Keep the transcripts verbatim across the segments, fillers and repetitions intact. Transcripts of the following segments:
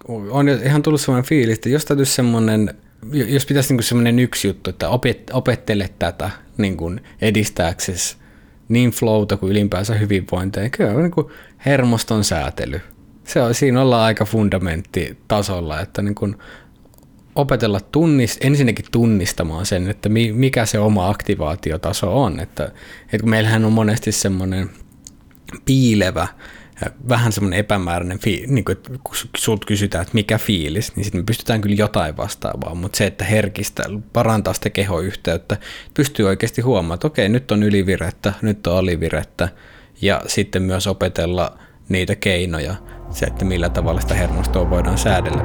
on ihan tullut sellainen fiilis, että jos täytyisi semmoinen, jos pitäisi niin semmoinen yksi juttu, että opet, opettele tätä niin kuin edistääksesi niin flowta kuin ylipäänsä hyvinvointia, kyllä on niin kuin hermoston säätely. Se on, siinä ollaan aika fundamenttitasolla, että niin kuin opetella tunnist, ensinnäkin tunnistamaan sen, että mikä se oma aktivaatiotaso on. Että, että kun meillähän on monesti semmoinen piilevä, vähän semmoinen epämääräinen, niin kuin, kun sulta kysytään, että mikä fiilis, niin sitten me pystytään kyllä jotain vastaavaa, mutta se, että herkistää, parantaa sitä kehoyhteyttä, pystyy oikeasti huomaamaan, että okei, nyt on ylivirettä, nyt on alivirettä, ja sitten myös opetella niitä keinoja, se, että millä tavalla sitä hermostoa voidaan säädellä.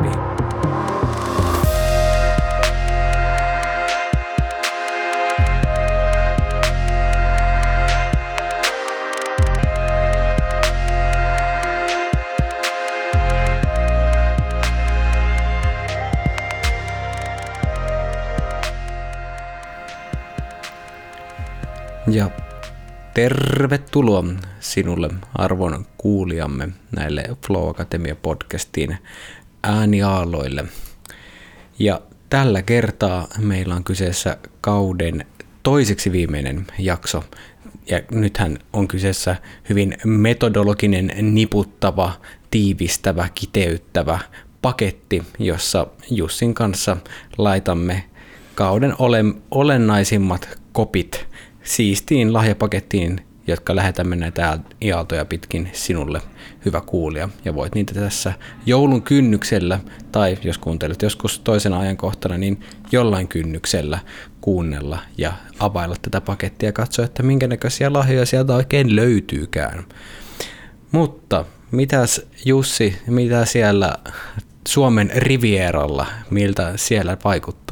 Ja tervetuloa sinulle arvon kuulijamme näille Flow Akatemia podcastiin ääniaaloille. Ja tällä kertaa meillä on kyseessä kauden toiseksi viimeinen jakso. Ja nythän on kyseessä hyvin metodologinen, niputtava, tiivistävä, kiteyttävä paketti, jossa Jussin kanssa laitamme kauden ole, olennaisimmat kopit siistiin lahjapakettiin, jotka lähetämme näitä aaltoja pitkin sinulle, hyvä kuulija. Ja voit niitä tässä joulun kynnyksellä, tai jos kuuntelet joskus toisen ajankohtana, niin jollain kynnyksellä kuunnella ja availla tätä pakettia ja katsoa, että minkä näköisiä lahjoja sieltä oikein löytyykään. Mutta mitäs Jussi, mitä siellä Suomen Rivieralla, miltä siellä vaikuttaa?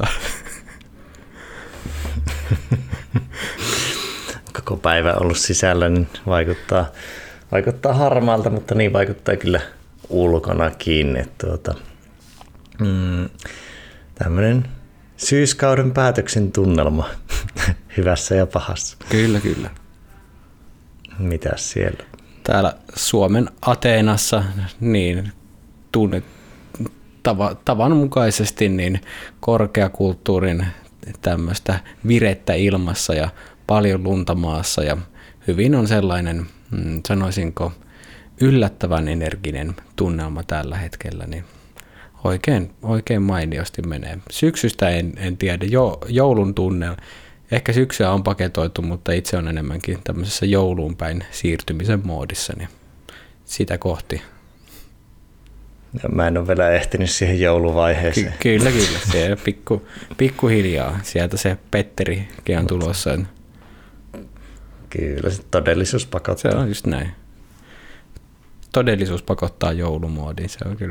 Koko päivä ollut sisällä, niin vaikuttaa, vaikuttaa harmaalta, mutta niin vaikuttaa kyllä ulkonakin. Että tuota, mm, tämmöinen syyskauden päätöksen tunnelma hyvässä ja pahassa. Kyllä, kyllä. Mitäs siellä? Täällä Suomen Ateenassa niin tunnet tava, tavanmukaisesti niin korkeakulttuurin tämmöistä virettä ilmassa ja paljon lunta maassa ja hyvin on sellainen, sanoisinko, yllättävän energinen tunnelma tällä hetkellä, niin oikein, oikein mainiosti menee. Syksystä en, en tiedä, jo, joulun tunnelma, ehkä syksyä on paketoitu, mutta itse on enemmänkin tämmöisessä jouluun päin siirtymisen moodissa, niin sitä kohti. Ja mä en ole vielä ehtinyt siihen jouluvaiheeseen. Ky- kyllä, kyllä. Se pikku, pikkuhiljaa. Sieltä se Petterikin on tulossa. Kyllä, se todellisuus pakottaa. Se on just näin. Todellisuus pakottaa joulumuodiin, se on kyllä.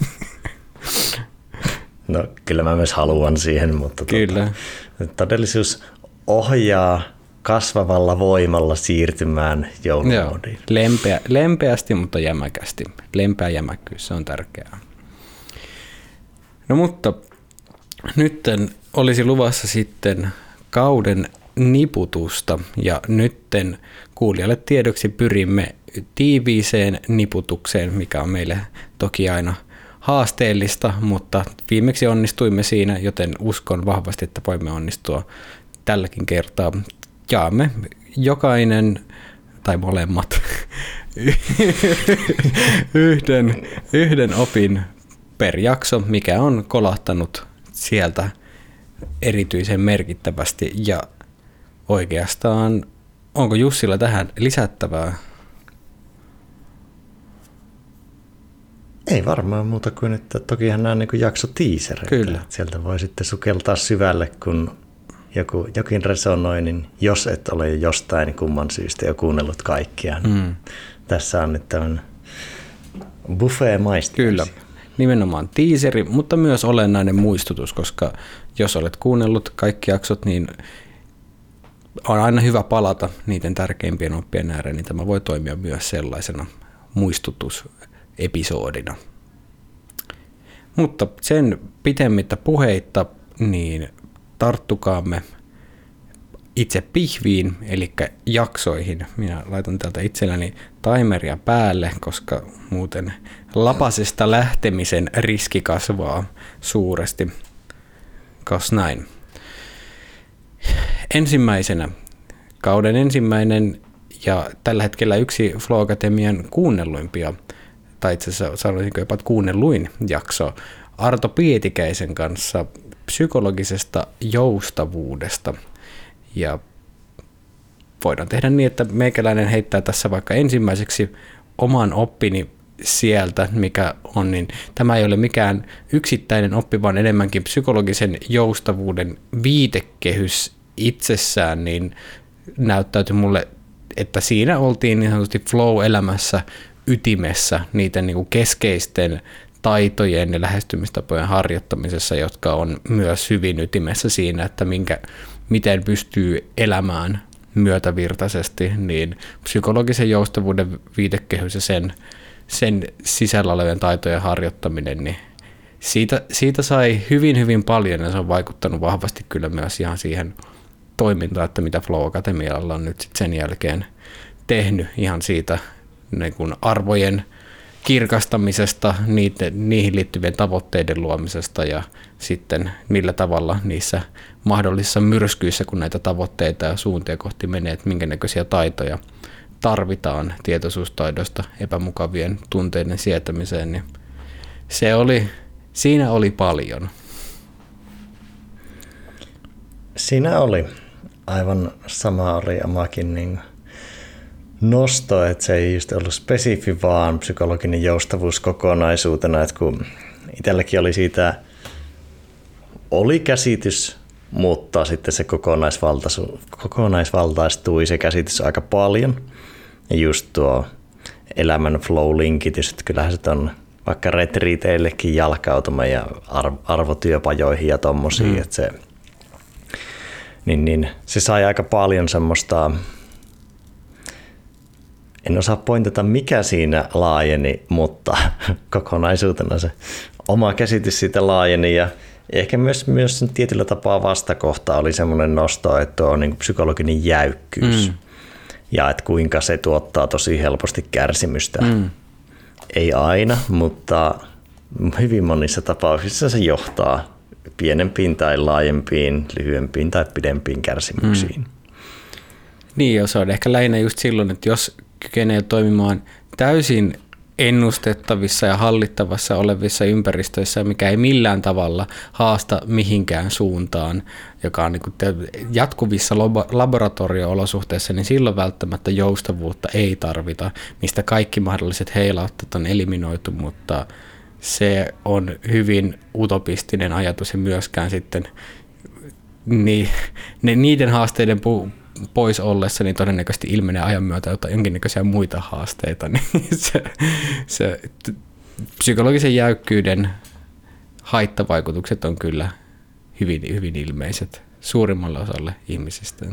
No kyllä mä myös haluan siihen, mutta kyllä. Tuota, todellisuus ohjaa kasvavalla voimalla siirtymään joulumuodiin. Lempeä, lempeästi, mutta jämäkästi. Lempeä jämäkkyys, se on tärkeää. No mutta nyt olisi luvassa sitten kauden niputusta ja nytten kuulijalle tiedoksi pyrimme tiiviiseen niputukseen, mikä on meille toki aina haasteellista, mutta viimeksi onnistuimme siinä, joten uskon vahvasti, että voimme onnistua tälläkin kertaa. Jaamme jokainen, tai molemmat, yhden, yhden opin per jakso, mikä on kolahtanut sieltä erityisen merkittävästi. Ja oikeastaan, onko Jussilla tähän lisättävää? Ei varmaan muuta kuin, että tokihan nämä on niin kuin jaksotiisereitä. Kyllä. Sieltä voi sitten sukeltaa syvälle, kun joku, jokin resonoi, niin jos et ole jostain niin kumman syystä jo kuunnellut kaikkia, niin mm. tässä on nyt tämmöinen buffet maistaisi. Kyllä, nimenomaan tiiseri, mutta myös olennainen muistutus, koska jos olet kuunnellut kaikki jaksot, niin on aina hyvä palata niiden tärkeimpien oppien ääreen, niin tämä voi toimia myös sellaisena muistutusepisodina. Mutta sen pitemmittä puheitta, niin tarttukaamme itse pihviin, eli jaksoihin. Minä laitan täältä itselläni timeria päälle, koska muuten lapasesta lähtemisen riski kasvaa suuresti. Kas näin. Ensimmäisenä, kauden ensimmäinen ja tällä hetkellä yksi Flow Academian kuunnelluimpia, tai itse asiassa sanoisinko jopa kuunnelluin jakso, Arto Pietikäisen kanssa psykologisesta joustavuudesta. Ja voidaan tehdä niin, että meikäläinen heittää tässä vaikka ensimmäiseksi oman oppini sieltä, mikä on, niin tämä ei ole mikään yksittäinen oppi, vaan enemmänkin psykologisen joustavuuden viitekehys itsessään, niin näyttäytyi mulle, että siinä oltiin niin sanotusti flow-elämässä ytimessä niiden niin kuin keskeisten taitojen ja lähestymistapojen harjoittamisessa, jotka on myös hyvin ytimessä siinä, että minkä, miten pystyy elämään myötävirtaisesti, niin psykologisen joustavuuden viitekehys ja sen, sen sisällä olevien taitojen harjoittaminen, niin siitä, siitä sai hyvin, hyvin paljon ja se on vaikuttanut vahvasti kyllä myös ihan siihen toimintaan, että mitä Flow Academialla on nyt sit sen jälkeen tehnyt ihan siitä niin kuin arvojen kirkastamisesta, niiden, niihin liittyvien tavoitteiden luomisesta ja sitten millä tavalla niissä mahdollisissa myrskyissä, kun näitä tavoitteita ja suuntia kohti menee, että minkä näköisiä taitoja tarvitaan tietoisuustaidosta epämukavien tunteiden sietämiseen, niin se oli, siinä oli paljon. Siinä oli. Aivan sama oli omakin niin nosto, että se ei just ollut spesifi, vaan psykologinen joustavuus kokonaisuutena, että kun itselläkin oli siitä, oli käsitys, mutta sitten se kokonaisvaltaistui se käsitys aika paljon. Ja just tuo elämän flow-linkitys, että kyllähän se on vaikka retriiteillekin jalkautuma ja arvotyöpajoihin ja tommosia, mm. että se, niin, niin, se sai aika paljon semmoista. En osaa pointata, mikä siinä laajeni, mutta kokonaisuutena se oma käsitys siitä laajeni ja ehkä myös, myös tietyllä tapaa vastakohta oli semmoinen nosto, että on niin psykologinen jäykkyys mm. ja että kuinka se tuottaa tosi helposti kärsimystä. Mm. Ei aina, mutta hyvin monissa tapauksissa se johtaa pienempiin tai laajempiin, lyhyempiin tai pidempiin kärsimyksiin. Mm. Niin, jos on ehkä lähinnä just silloin, että jos kykenee toimimaan täysin ennustettavissa ja hallittavassa olevissa ympäristöissä, mikä ei millään tavalla haasta mihinkään suuntaan, joka on niin kuin jatkuvissa laboratorio-olosuhteissa, niin silloin välttämättä joustavuutta ei tarvita, mistä kaikki mahdolliset heilautteet on eliminoitu, mutta se on hyvin utopistinen ajatus ja myöskään sitten niin, ne, niiden haasteiden pu- pois ollessa, niin todennäköisesti ilmenee ajan myötä jotain jonkinnäköisiä muita haasteita. Niin se, se, psykologisen jäykkyyden haittavaikutukset on kyllä hyvin, hyvin ilmeiset suurimmalle osalle ihmisistä.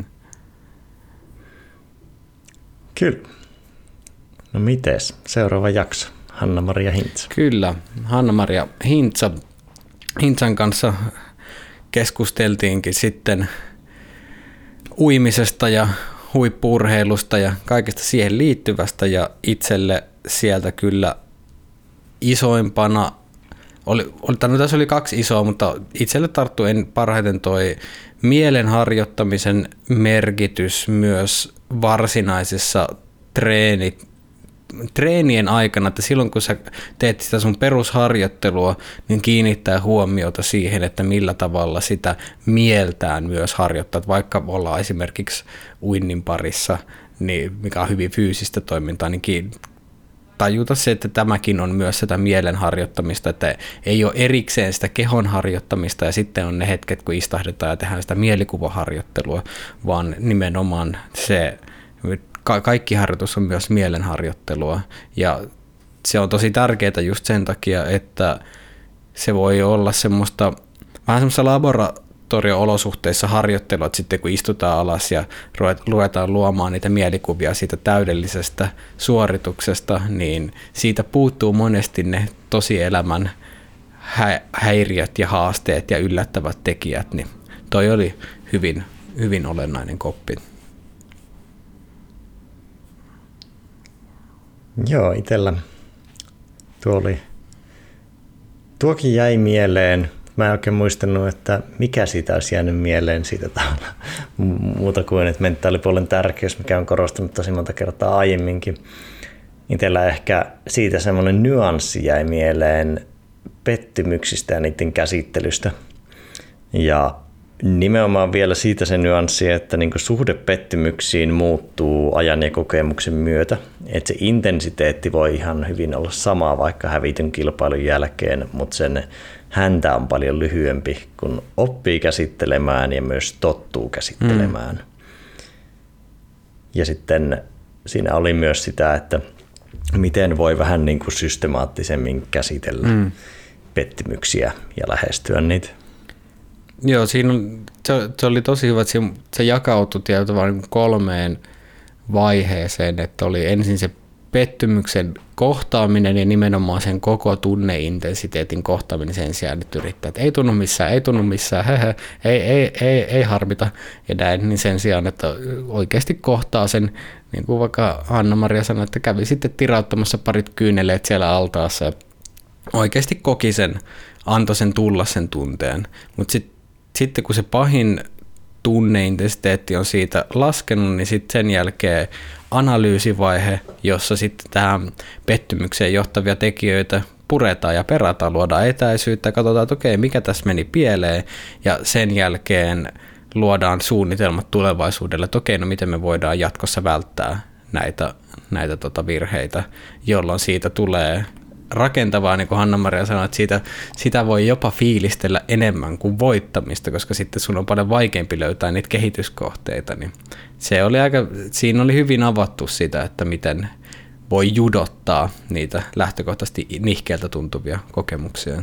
Kyllä. No mites? Seuraava jakso. Hanna-Maria Hintsa. Kyllä. Hanna-Maria Hintsa. Hintsan kanssa keskusteltiinkin sitten uimisesta ja huippu-urheilusta ja kaikesta siihen liittyvästä ja itselle sieltä kyllä isoimpana, oli, oli, tässä oli kaksi isoa, mutta itselle tarttui en parhaiten toi mielenharjoittamisen merkitys myös varsinaisessa treeni, treenien aikana, että silloin kun sä teet sitä sun perusharjoittelua, niin kiinnittää huomiota siihen, että millä tavalla sitä mieltään myös harjoittaa, vaikka ollaan esimerkiksi uinnin parissa, niin mikä on hyvin fyysistä toimintaa, niin tajuta se, että tämäkin on myös sitä mielen harjoittamista, että ei ole erikseen sitä kehon harjoittamista ja sitten on ne hetket, kun istahdetaan ja tehdään sitä mielikuvaharjoittelua, vaan nimenomaan se Ka- kaikki harjoitus on myös mielenharjoittelua ja se on tosi tärkeää just sen takia, että se voi olla semmoista vähän semmoista laboratorio-olosuhteissa harjoittelua, että sitten kun istutaan alas ja ruvetaan luomaan niitä mielikuvia siitä täydellisestä suorituksesta, niin siitä puuttuu monesti ne tosielämän hä- häiriöt ja haasteet ja yllättävät tekijät, niin toi oli hyvin hyvin olennainen koppi. Joo, itsellä tuo oli, tuokin jäi mieleen. Mä en oikein muistanut, että mikä siitä olisi jäänyt mieleen siitä tavalla. Muuta kuin, että mentaalipuolen tärkeys, mikä on korostunut tosi monta kertaa aiemminkin. Itsellä ehkä siitä semmoinen nyanssi jäi mieleen pettymyksistä ja niiden käsittelystä. Ja nimenomaan vielä siitä se nyanssi, että niinku suhde pettymyksiin muuttuu ajan ja kokemuksen myötä. Että se intensiteetti voi ihan hyvin olla sama vaikka hävityn kilpailun jälkeen, mutta sen häntä on paljon lyhyempi, kun oppii käsittelemään ja myös tottuu käsittelemään. Mm. Ja sitten siinä oli myös sitä, että miten voi vähän niin kuin systemaattisemmin käsitellä mm. pettymyksiä ja lähestyä niitä. Joo, siinä on, se, se oli tosi hyvä, että se jakautui tietysti kolmeen vaiheeseen, että oli ensin se pettymyksen kohtaaminen ja nimenomaan sen koko tunneintensiteetin kohtaaminen sen sijaan, että yrittää, että ei tunnu missään, ei tunnu missään, hehe, ei, ei, ei, ei harmita ja näin, niin sen sijaan, että oikeasti kohtaa sen, niin kuin vaikka Hanna-Maria sanoi, että kävi sitten tirauttamassa parit kyyneleet siellä altaassa ja oikeasti koki sen, antoi sen tulla sen tunteen, mutta sit, sitten kun se pahin tunneintensiteetti on siitä laskenut, niin sitten sen jälkeen analyysivaihe, jossa sitten tähän pettymykseen johtavia tekijöitä puretaan ja perataan, luodaan etäisyyttä, katsotaan, että okei, mikä tässä meni pieleen, ja sen jälkeen luodaan suunnitelmat tulevaisuudelle, että okei, no miten me voidaan jatkossa välttää näitä, näitä tota virheitä, jolloin siitä tulee rakentavaa, niin kuin Hanna-Maria sanoi, että siitä, sitä voi jopa fiilistellä enemmän kuin voittamista, koska sitten sun on paljon vaikeampi löytää niitä kehityskohteita. Niin se oli aika, siinä oli hyvin avattu sitä, että miten voi judottaa niitä lähtökohtaisesti nihkeältä tuntuvia kokemuksia.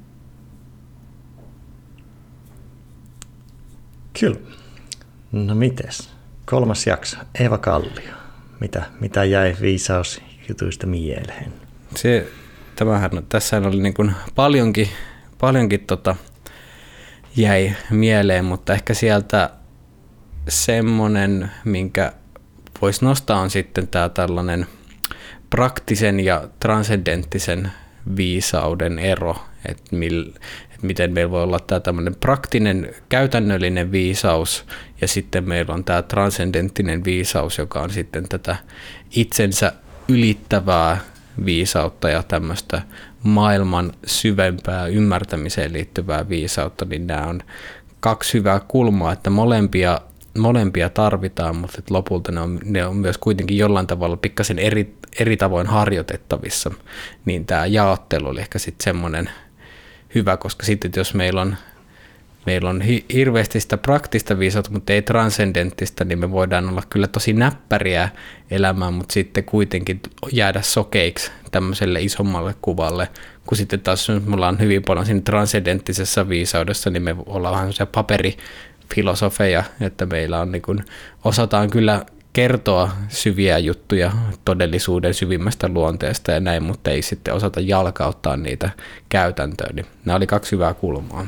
Kyllä. No mites? Kolmas jakso. Eeva Kallio. Mitä, mitä jäi viisausjutuista mieleen? Se, tämähän, tässähän oli niin kuin paljonkin, paljonkin tota jäi mieleen, mutta ehkä sieltä semmoinen, minkä voisi nostaa, on sitten tämä tällainen praktisen ja transcendenttisen viisauden ero, että, mil, että miten meillä voi olla tämä tämmöinen praktinen, käytännöllinen viisaus ja sitten meillä on tämä transcendenttinen viisaus, joka on sitten tätä itsensä ylittävää viisautta ja tämmöistä maailman syvempää ymmärtämiseen liittyvää viisautta, niin nämä on kaksi hyvää kulmaa, että molempia, molempia tarvitaan, mutta että lopulta ne on, ne on myös kuitenkin jollain tavalla pikkasen eri, eri tavoin harjoitettavissa, niin tämä jaottelu oli ehkä sitten semmoinen hyvä, koska sitten jos meillä on Meillä on hirveästi sitä praktista viisautta, mutta ei transcendenttista, niin me voidaan olla kyllä tosi näppäriä elämään, mutta sitten kuitenkin jäädä sokeiksi tämmöiselle isommalle kuvalle, kun sitten taas me ollaan hyvin paljon siinä transcendenttisessa viisaudessa, niin me ollaan vähän sellaisia paperifilosofeja, että meillä on niin kuin, osataan kyllä kertoa syviä juttuja todellisuuden syvimmästä luonteesta ja näin, mutta ei sitten osata jalkauttaa niitä käytäntöön. Niin nämä oli kaksi hyvää kulmaa.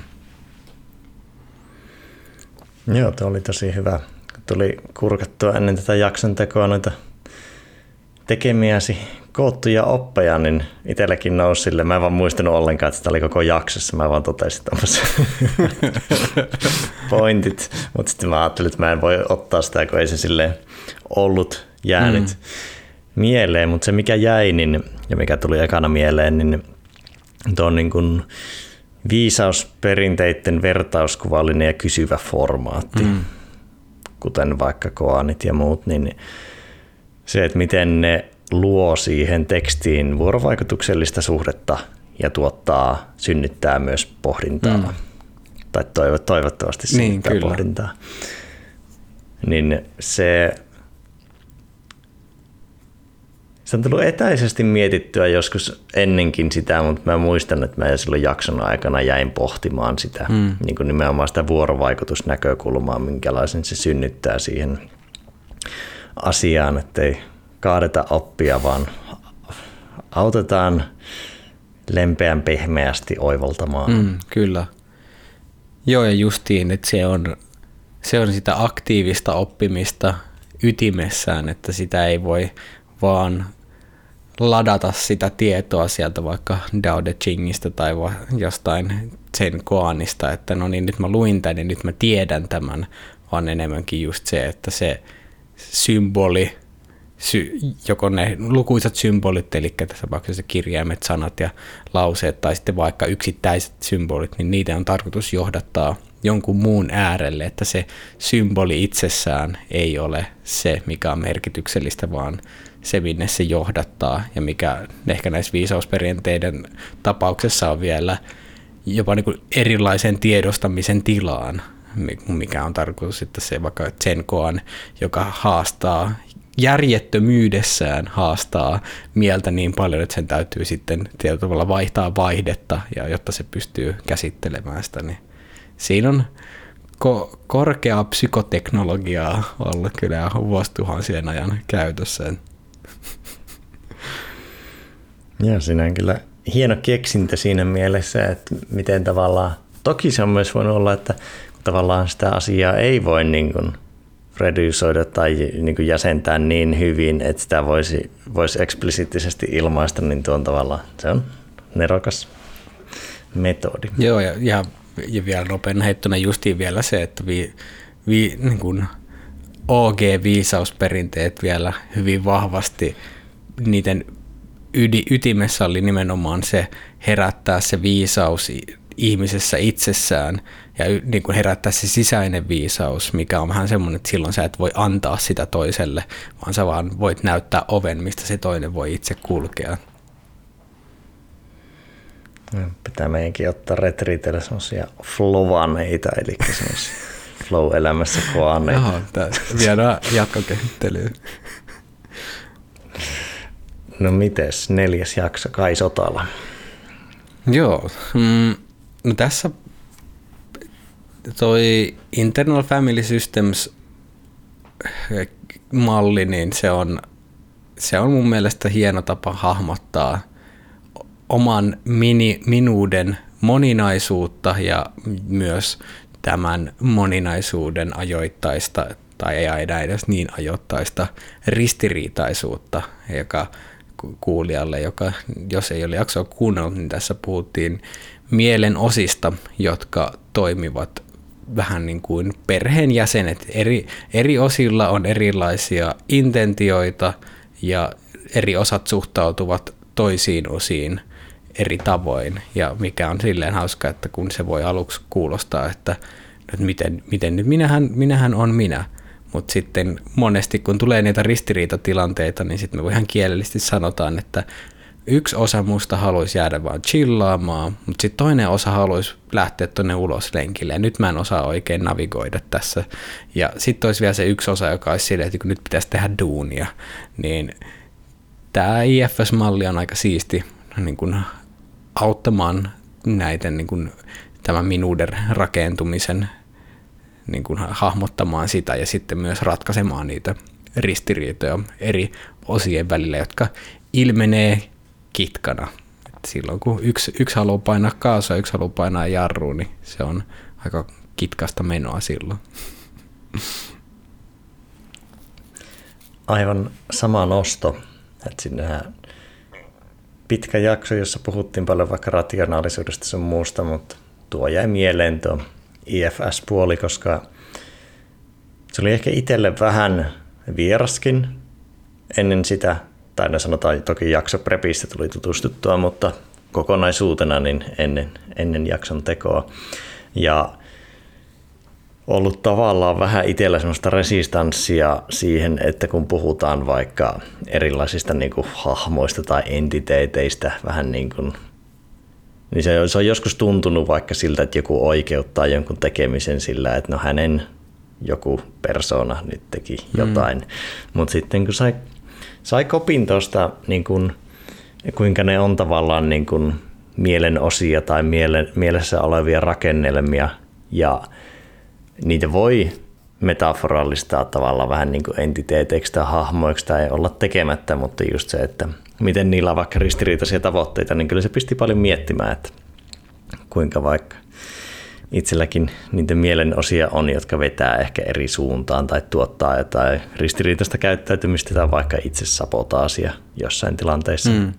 Joo, tuo oli tosi hyvä. Tuli kurkattua ennen tätä jakson tekoa noita tekemiäsi koottuja oppeja, niin itselläkin nousi sille. Mä en vaan muistanut ollenkaan, että sitä oli koko jaksossa. Mä vaan totesin tommoset pointit. Mutta sitten mä ajattelin, että mä en voi ottaa sitä, kun ei se silleen ollut jäänyt mm. mieleen. Mutta se mikä jäi niin, ja mikä tuli ekana mieleen, niin tuo niin kuin viisausperinteiden vertauskuvallinen ja kysyvä formaatti, mm. kuten vaikka koanit ja muut, niin se, että miten ne luo siihen tekstiin vuorovaikutuksellista suhdetta ja tuottaa, synnyttää myös pohdintaa, mm. tai toivottavasti synnyttää niin, pohdintaa, niin se Se on tullut etäisesti mietittyä joskus ennenkin sitä, mutta mä muistan, että mä silloin jakson aikana jäin pohtimaan sitä, mm. niin kuin nimenomaan sitä vuorovaikutusnäkökulmaa, minkälaisen se synnyttää siihen asiaan, ettei kaadeta oppia, vaan autetaan lempeän pehmeästi oivaltamaan. Mm, kyllä. Joo, ja justiin, että se on se on sitä aktiivista oppimista ytimessään, että sitä ei voi vaan ladata sitä tietoa sieltä vaikka Dao De Chingistä tai jostain Zen Koanista, että no niin, nyt mä luin tän ja nyt mä tiedän tämän, vaan enemmänkin just se, että se symboli, sy, joko ne lukuisat symbolit, eli tässä tapauksessa kirjaimet, sanat ja lauseet, tai sitten vaikka yksittäiset symbolit, niin niitä on tarkoitus johdattaa jonkun muun äärelle, että se symboli itsessään ei ole se, mikä on merkityksellistä, vaan se, minne se johdattaa, ja mikä ehkä näissä viisausperinteiden tapauksessa on vielä jopa niin kuin erilaisen tiedostamisen tilaan, mikä on tarkoitus sitten se vaikka Zen Koan, joka haastaa järjettömyydessään haastaa mieltä niin paljon, että sen täytyy sitten tietyllä tavalla vaihtaa vaihdetta, ja jotta se pystyy käsittelemään sitä, niin siinä on ko- korkeaa psykoteknologiaa ollut kyllä vuosituhansien ajan käytössä. Joo, siinä on kyllä hieno keksintö siinä mielessä, että miten tavallaan, toki se on myös voinut olla, että tavallaan sitä asiaa ei voi niin kuin redusoida tai niin kuin jäsentää niin hyvin, että sitä voisi, voisi eksplisiittisesti ilmaista, niin tuon tavallaan se on nerokas metodi. Joo, ja, ja, ja vielä nopeana heittona justiin vielä se, että vi, vi, niin kuin O G-viisausperinteet vielä hyvin vahvasti, niiden yd, ytimessä oli nimenomaan se herättää se viisaus ihmisessä itsessään ja niin kuin herättää se sisäinen viisaus, mikä on vähän semmoinen, että silloin sä et voi antaa sitä toiselle, vaan sä vaan voit näyttää oven, mistä se toinen voi itse kulkea. Pitää meidänkin ottaa retriitellä semmoisia flovaneita, eli semmoisia flow-elämässä koaneita. Joo, viedään jatkokehittelyyn. No mites, neljäs jakso, Kai Sotala. Joo, mm, no tässä toi Internal Family Systems malli, niin se on, se on mun mielestä hieno tapa hahmottaa oman mini, minuuden moninaisuutta ja myös tämän moninaisuuden ajoittaista, tai ei aina edes niin ajoittaista ristiriitaisuutta, joka kuulijalle, joka jos ei ole jaksoa kuunnellut, niin tässä puhuttiin mielen osista, jotka toimivat vähän niin kuin perheenjäsenet. Eri, eri osilla on erilaisia intentioita ja eri osat suhtautuvat toisiin osiin eri tavoin. Ja mikä on silleen hauska, että kun se voi aluksi kuulostaa, että, että miten, miten nyt minähän, minähän on minä. Mutta sitten monesti, kun tulee niitä ristiriitatilanteita, niin sitten me voidaan kielellisesti sanotaan, että yksi osa musta haluaisi jäädä vaan chillaamaan, mutta sitten toinen osa haluaisi lähteä tuonne ulos lenkille, ja nyt mä en osaa oikein navigoida tässä. Ja sitten olisi vielä se yksi osa, joka olisi silleen, että kun nyt pitäisi tehdä duunia, niin tämä I F S-malli on aika siisti niin kun auttamaan näiden niin kun, tämän minuuden rakentumisen niin kuin hahmottamaan sitä ja sitten myös ratkaisemaan niitä ristiriitoja eri osien välillä, jotka ilmenee kitkana. Et silloin kun yksi, yksi haluaa painaa kaasua ja yksi haluaa painaa jarruun, niin se on aika kitkasta menoa silloin. Aivan sama nosto. Että sinnehän pitkä jakso, jossa puhuttiin paljon vaikka rationaalisuudesta sun muusta, mutta tuo jäi mieleen tuo I F S-puoli, koska se oli ehkä itselle vähän vieraskin ennen sitä, tai ne sanotaan toki jakso prepistä tuli tutustuttua, mutta kokonaisuutena niin ennen, ennen jakson tekoa. Ja ollut tavallaan vähän itsellä semmoista resistanssia siihen, että kun puhutaan vaikka erilaisista niin kuin hahmoista tai entiteeteistä, vähän niin kuin niin se on, se on joskus tuntunut vaikka siltä, että joku oikeuttaa jonkun tekemisen sillä, että no hänen joku persona nyt teki jotain. Mm. Mutta sitten kun sai, sai kopin tuosta, niin kun, kuinka ne on tavallaan niin kun mielen osia tai mielen, mielessä olevia rakennelmia, ja niitä voi metaforallistaa tavallaan vähän niin kuin entiteeteiksi tai hahmoiksi tai olla tekemättä, mutta just se, että miten niillä on vaikka ristiriitaisia tavoitteita, niin kyllä se pisti paljon miettimään, että kuinka vaikka itselläkin niitä mielenosia on, jotka vetää ehkä eri suuntaan tai tuottaa jotain ristiriitaista käyttäytymistä tai vaikka itse sabotaasia jossain tilanteessa. Mm.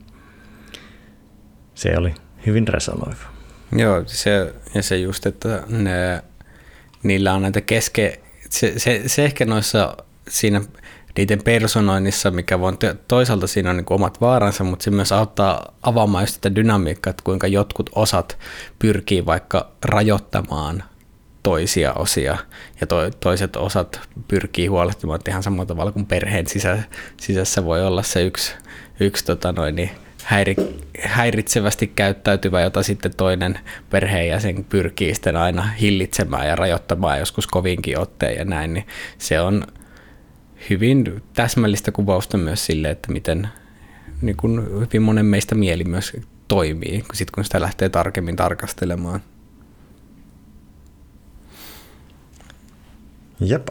Se oli hyvin resonoiva. Joo, se, ja se just, että ne, niillä on näitä keske... Se, se, se ehkä noissa siinä niiden personoinnissa, mikä voi toisaalta siinä on niin kuin omat vaaransa, mutta se myös auttaa avaamaan just sitä dynamiikkaa, että kuinka jotkut osat pyrkii vaikka rajoittamaan toisia osia ja to, toiset osat pyrkii huolehtimaan ihan samalla tavalla kuin perheen sisä, sisässä voi olla se yksi, yksi tota noin, niin häiri, häiritsevästi käyttäytyvä, jota sitten toinen perheenjäsen pyrkii sitten aina hillitsemään ja rajoittamaan joskus kovinkin otteen ja näin, niin se on hyvin täsmällistä kuvausta myös sille, että miten niin kun hyvin monen meistä mieli myös toimii, sit kun sitä lähtee tarkemmin tarkastelemaan. Jep.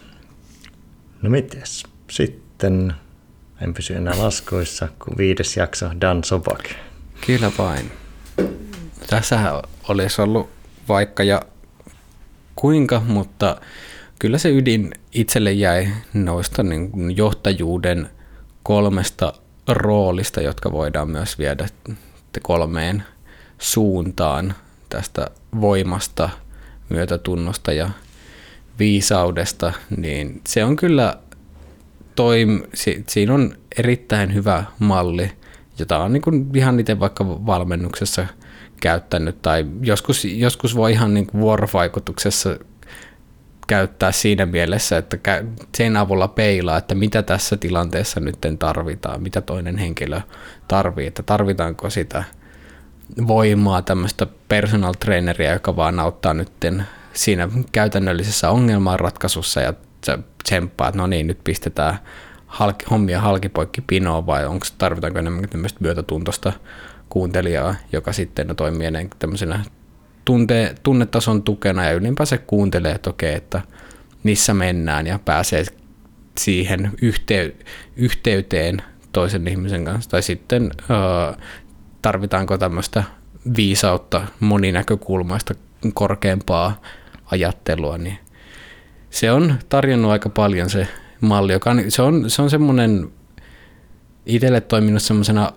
No mites? Sitten en pysy enää laskuissa, kun viides jakso Dan Sobak. Kyllä vain. Tässähän olisi ollut vaikka ja kuinka, mutta kyllä se ydin itselle jäi noista niin johtajuuden kolmesta roolista, jotka voidaan myös viedä kolmeen suuntaan tästä voimasta, myötätunnosta ja viisaudesta, niin se on kyllä toim, siinä on erittäin hyvä malli, jota on niin kuin ihan itse vaikka valmennuksessa käyttänyt tai joskus, joskus voi ihan niin kuin vuorovaikutuksessa käyttää siinä mielessä, että sen avulla peilaa, että mitä tässä tilanteessa nyt tarvitaan, mitä toinen henkilö tarvitsee, että tarvitaanko sitä voimaa, tämmöistä personal traineria, joka vaan auttaa nyt siinä käytännöllisessä ongelmanratkaisussa ja tsemppaa, että no niin, nyt pistetään halki, hommia halkipoikki pinoon vai onko, tarvitaanko enemmän tämmöistä myötätuntoista kuuntelijaa, joka sitten no, toimii enemmän tämmöisenä tunte, tunnetason tukena ja ylipäänsä kuuntelee, että okei, että missä mennään ja pääsee siihen yhtey, yhteyteen toisen ihmisen kanssa. Tai sitten uh, tarvitaanko tämmöistä viisautta, moninäkökulmaista, korkeampaa ajattelua, niin se on tarjonnut aika paljon se malli, joka on, se on, se on semmoinen itselle toiminut semmoisena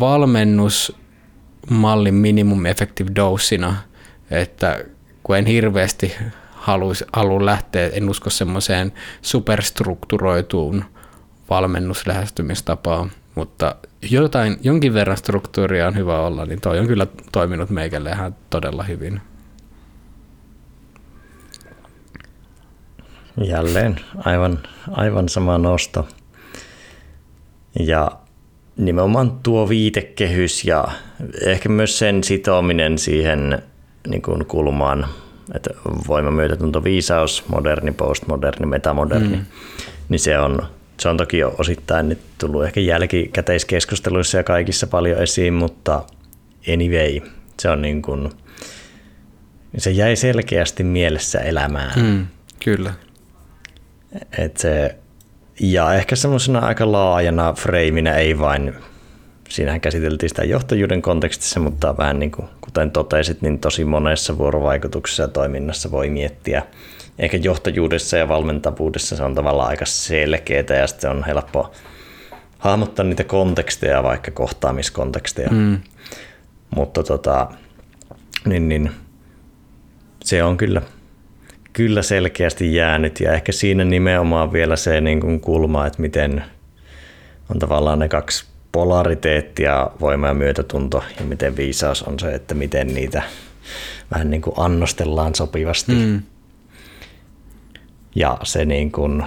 valmennusmallin minimum effective dosina, että kun en hirveästi haluaisi, halua lähteä, en usko semmoiseen superstrukturoituun valmennuslähestymistapaan, mutta jotain, jonkin verran struktuuria on hyvä olla, niin toi on kyllä toiminut meikälle ihan todella hyvin. Jälleen aivan, aivan sama nosto. Ja nimenomaan tuo viitekehys ja ehkä myös sen sitominen siihen niin kuin kulmaan, että voima, myötätunto, viisaus, moderni, postmoderni, metamoderni, mm. niin se on, se on toki jo osittain nyt tullut ehkä jälkikäteiskeskusteluissa ja kaikissa paljon esiin, mutta anyway, se on niin kuin, se jäi selkeästi mielessä elämään. Mm, kyllä. Et se, ja ehkä semmoisena aika laajana freiminä, ei vain, siinähän käsiteltiin sitä johtajuuden kontekstissa, mutta vähän niin kuin, kuten totesit, niin tosi monessa vuorovaikutuksessa ja toiminnassa voi miettiä. Ehkä johtajuudessa ja valmentavuudessa se on tavallaan aika selkeää ja sitten on helppo hahmottaa niitä konteksteja, vaikka kohtaamiskonteksteja. Mm. Mutta tota, niin, niin, se on kyllä Kyllä selkeästi jäänyt ja ehkä siinä nimenomaan vielä se niin kuin kulma, että miten on tavallaan ne kaksi polariteettia, voima ja myötätunto ja miten viisaus on se, että miten niitä vähän niin kuin annostellaan sopivasti. Mm. Ja se niin kuin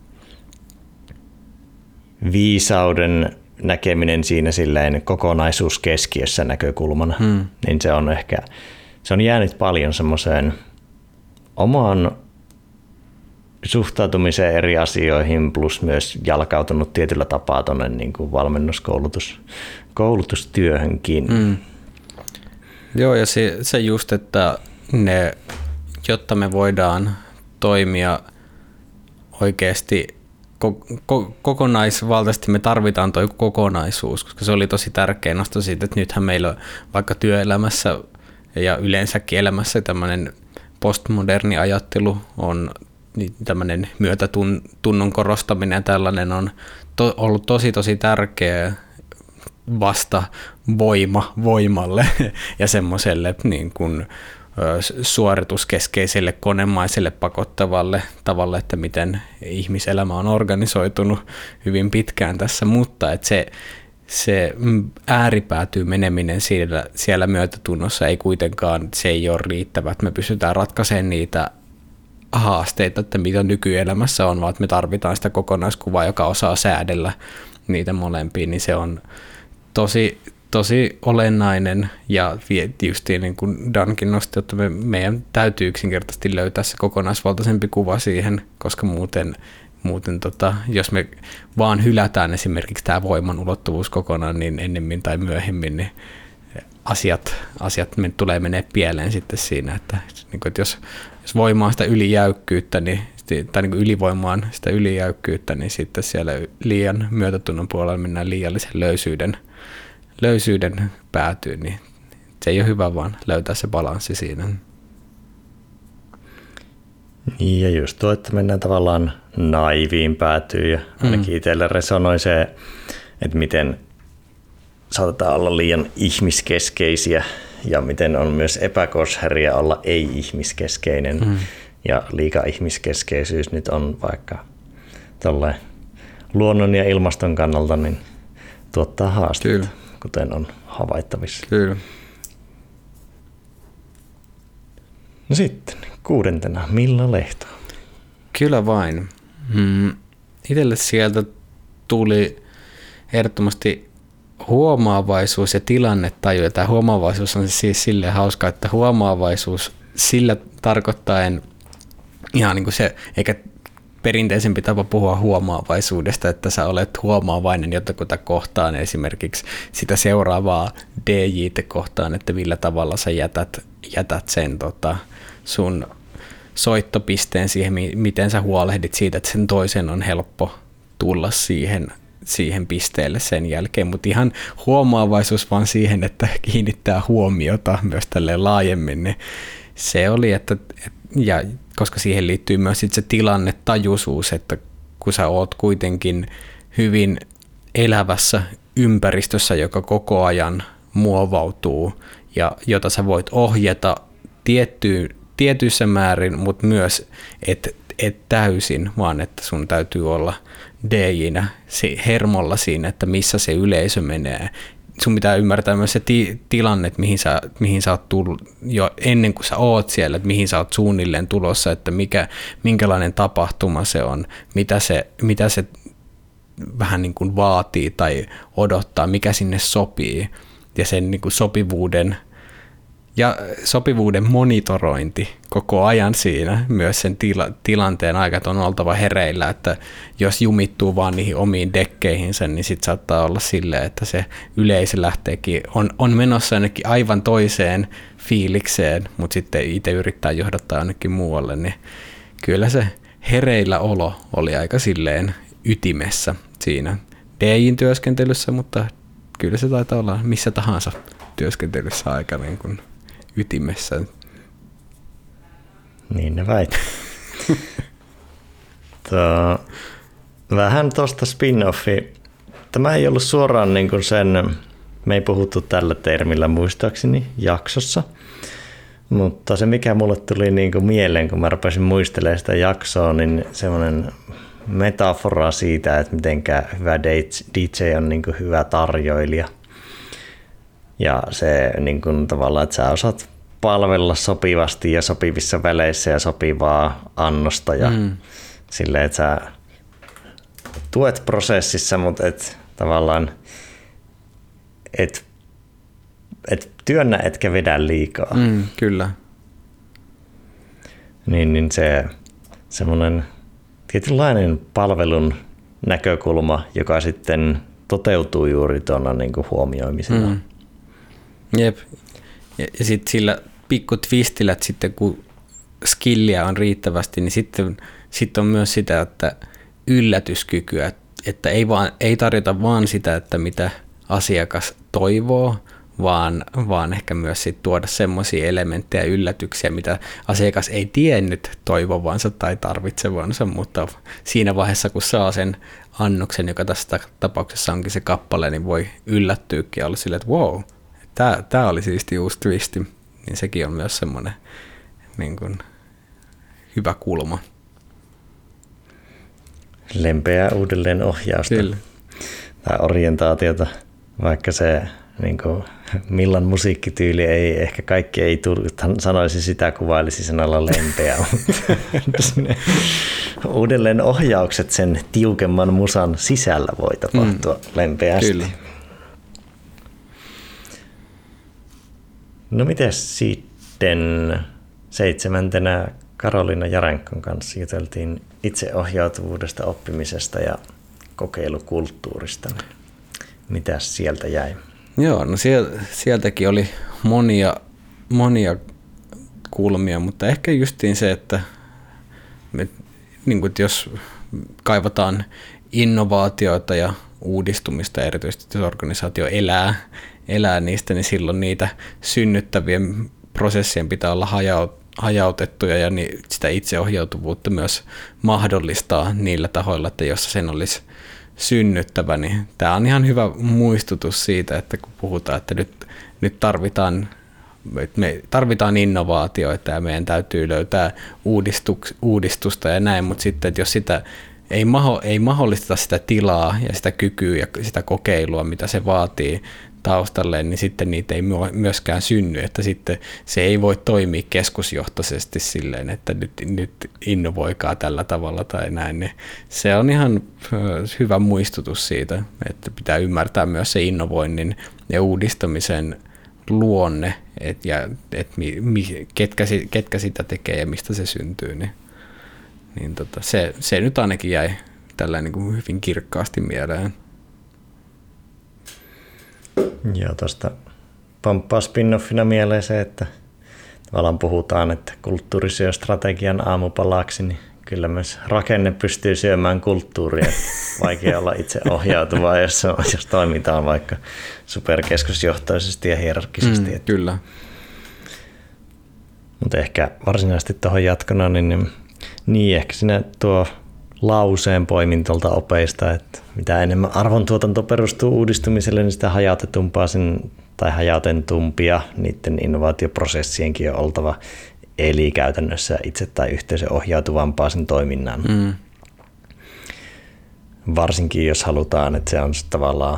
viisauden näkeminen siinä silleen kokonaisuus keskiössä näkökulmana, mm. niin se on ehkä, se on jäänyt paljon semmoiseen omaan suhtautumiseen eri asioihin plus myös jalkautunut tietyllä tapaa tuonne niin kuin valmennuskoulutus, koulutustyöhönkin. Mm. Joo, ja se, se just, että ne, jotta me voidaan toimia oikeasti ko- ko- kokonaisvaltaisesti, me tarvitaan tuo kokonaisuus, koska se oli tosi tärkeä nosto siitä, että nythän meillä on vaikka työelämässä ja yleensäkin elämässä tämmöinen postmoderni ajattelu on niin tämmöinen myötätunnon korostaminen ja tällainen on to, ollut tosi tosi tärkeä vasta voima voimalle ja semmoiselle niin kuin suorituskeskeiselle, konemaiselle, pakottavalle tavalle, että miten ihmiselämä on organisoitunut hyvin pitkään tässä, mutta että se, se ääripäätyy meneminen siellä, siellä myötätunnossa ei kuitenkaan, se ei ole riittävä, että me pystytään ratkaisemaan niitä haasteita, että mitä nykyelämässä on, vaan että me tarvitaan sitä kokonaiskuvaa, joka osaa säädellä niitä molempia, niin se on tosi, tosi olennainen ja justiin niin kuin Dankin nosti, että me, meidän täytyy yksinkertaisesti löytää se kokonaisvaltaisempi kuva siihen, koska muuten, muuten tota, jos me vaan hylätään esimerkiksi tämä voiman ulottuvuus kokonaan, niin ennemmin tai myöhemmin niin asiat, asiat me tulee menee pieleen sitten siinä, että, niin kuin, että jos, jos voimaa sitä ylijäykkyyttä, niin, tai niin kuin ylivoimaan sitä ylijäykkyyttä, niin sitten siellä liian myötätunnon puolella mennään liiallisen löysyyden löysyyden päätyy, niin se ei ole hyvä vaan löytää se balanssi siinä. Niin ja just tuo, että mennään tavallaan naiviin päätyy ja ainakin mm. itselle resonoi se, että miten saatetaan olla liian ihmiskeskeisiä ja miten on myös epäkosheria olla ei-ihmiskeskeinen mm. ja liika ihmiskeskeisyys nyt on vaikka tolleen luonnon ja ilmaston kannalta niin tuottaa haasteita. Kyllä. Kuten on havaittavissa. Kyllä. No sitten kuudentena Milla Lehto. Kyllä vain. Hmm. Itselle sieltä tuli ehdottomasti huomaavaisuus ja tilannetaju. Tämä huomaavaisuus on siis silleen hauska, että huomaavaisuus sillä tarkoittaen ihan niin kuin se, eikä perinteisempi tapa puhua huomaavaisuudesta, että sä olet huomaavainen jotakuta kohtaan, esimerkiksi sitä seuraavaa D J:tä kohtaan, että millä tavalla sä jätät, jätät sen tota, sun soittopisteen siihen, miten sä huolehdit siitä, että sen toisen on helppo tulla siihen, siihen pisteelle sen jälkeen, mutta ihan huomaavaisuus vaan siihen, että kiinnittää huomiota myös tälleen laajemmin, niin se oli, että, ja koska siihen liittyy myös sit se tilannetajuisuus, että kun sä oot kuitenkin hyvin elävässä ympäristössä, joka koko ajan muovautuu ja jota sä voit ohjata tiettyyn, tietyissä määrin, mutta myös et, et täysin, vaan että sun täytyy olla D J:nä hermolla siinä, että missä se yleisö menee. Sun pitää ymmärtää myös se ti- tilanne, että mihin sä, mihin sä oot tullut jo ennen kuin sä oot siellä, että mihin sä oot suunnilleen tulossa, että mikä, minkälainen tapahtuma se on, mitä se, mitä se vähän niin kuin vaatii tai odottaa, mikä sinne sopii ja sen niin kuin sopivuuden ja sopivuuden monitorointi koko ajan siinä, myös sen tila, tilanteen aikat on oltava hereillä, että jos jumittuu vaan niihin omiin dekkeihinsä, niin sitten saattaa olla silleen, että se yleisö lähteekin, on, on menossa ainakin aivan toiseen fiilikseen, mutta sitten itse yrittää johdattaa ainakin muualle, niin kyllä se hereillä olo oli aika silleen ytimessä siinä D J:n työskentelyssä, mutta kyllä se taitaa olla missä tahansa työskentelyssä aika niin kuin ytimessä. Niin ne väit. Tuo, vähän tuosta spin-offi. Tämä ei ollut suoraan niin kuin sen, me ei puhuttu tällä termillä muistaakseni jaksossa, mutta se mikä mulle tuli niin kuin mieleen, kun mä rupesin muistelemaan sitä jaksoa, niin semmoinen metafora siitä, että mitenkä hyvä D J on niin kuin hyvä tarjoilija. Ja se niin kuin tavallaan, että sä osaat palvella sopivasti ja sopivissa väleissä ja sopivaa annosta ja mm. silleen, että sä tuet prosessissa, mutta et tavallaan et, et työnnä etkä vedä liikaa. Mm, kyllä. Niin, niin se semmoinen tietynlainen palvelun näkökulma, joka sitten toteutuu juuri tuona niin kuin huomioimisena. Mm. Jep. Ja, ja sitten sillä pikku twistillä, että sitten kun skilliä on riittävästi, niin sitten, sitten on myös sitä, että yllätyskykyä, että ei, vaan, ei tarjota vaan sitä, että mitä asiakas toivoo, vaan, vaan ehkä myös sit tuoda semmoisia elementtejä ja yllätyksiä, mitä asiakas ei tiennyt toivovansa tai tarvitsevansa, mutta siinä vaiheessa, kun saa sen annoksen, joka tässä tapauksessa onkin se kappale, niin voi yllättyäkin ja olla silleen, että wow, tää, tää oli siisti uusi twisti, niin sekin on myös semmoinen niin kuin hyvä kulma. Lempeää uudelleen ohjausta Kyllä. tai orientaatiota, vaikka se niin kuin, millan musiikkityyli ei, ehkä kaikki ei tuli, sanoisi sitä, kuvailisi sanalla lempeä, mutta uudelleen ohjaukset sen tiukemman musan sisällä voi tapahtua mm. lempeästi. Kyllä. No mites sitten seitsemäntenä Karoliina Jarenkon kanssa juteltiin itseohjautuvuudesta, oppimisesta ja kokeilukulttuurista. Mitäs sieltä jäi? Joo, no sieltäkin oli monia, monia kulmia, mutta ehkä justiin se, että, me, niin kuin, että jos kaivataan innovaatioita ja uudistumista, erityisesti jos organisaatio elää, elää niistä, niin silloin niitä synnyttävien prosessien pitää olla hajaut, hajautettuja ja niin sitä itseohjautuvuutta myös mahdollistaa niillä tahoilla, että jos sen olisi synnyttävä, niin tämä on ihan hyvä muistutus siitä, että kun puhutaan, että nyt, nyt tarvitaan, me tarvitaan innovaatioita ja meidän täytyy löytää uudistusta ja näin, mutta sitten, että jos sitä ei, maho, ei mahdollisteta sitä tilaa ja sitä kykyä ja sitä kokeilua, mitä se vaatii taustalleen, niin sitten niitä ei myöskään synny, että sitten se ei voi toimia keskusjohtoisesti silleen, että nyt, nyt innovoikaa tällä tavalla tai näin, niin se on ihan hyvä muistutus siitä, että pitää ymmärtää myös se innovoinnin ja uudistamisen luonne, et, ja et mi, mi, ketkä, ketkä sitä tekee ja mistä se syntyy, niin, niin tota, se, se nyt ainakin jäi tällä niin kuin hyvin kirkkaasti mieleen. Joo, tuosta pomppaa spin-offina mieleen se, että tavallaan puhutaan, että kulttuuri syö strategian aamupalaksi, niin kyllä myös rakenne pystyy syömään kulttuuria. Vaikea olla itse ohjautuvaa, jos, jos toimitaan vaikka superkeskusjohtoisesti ja hierarkkisesti. Mm, kyllä. Mutta ehkä varsinaisesti tuohon jatkona, niin, niin ehkä siinä tuo lauseen poimin tuolta opeista, että mitä enemmän arvontuotanto perustuu uudistumiselle, niin sitä hajautetumpaa sen, tai hajautetumpia niiden innovaatioprosessienkin on oltava, eli käytännössä itse tai yhteisö ohjautuvampaa sen toiminnan. Mm. Varsinkin jos halutaan, että se on tavallaan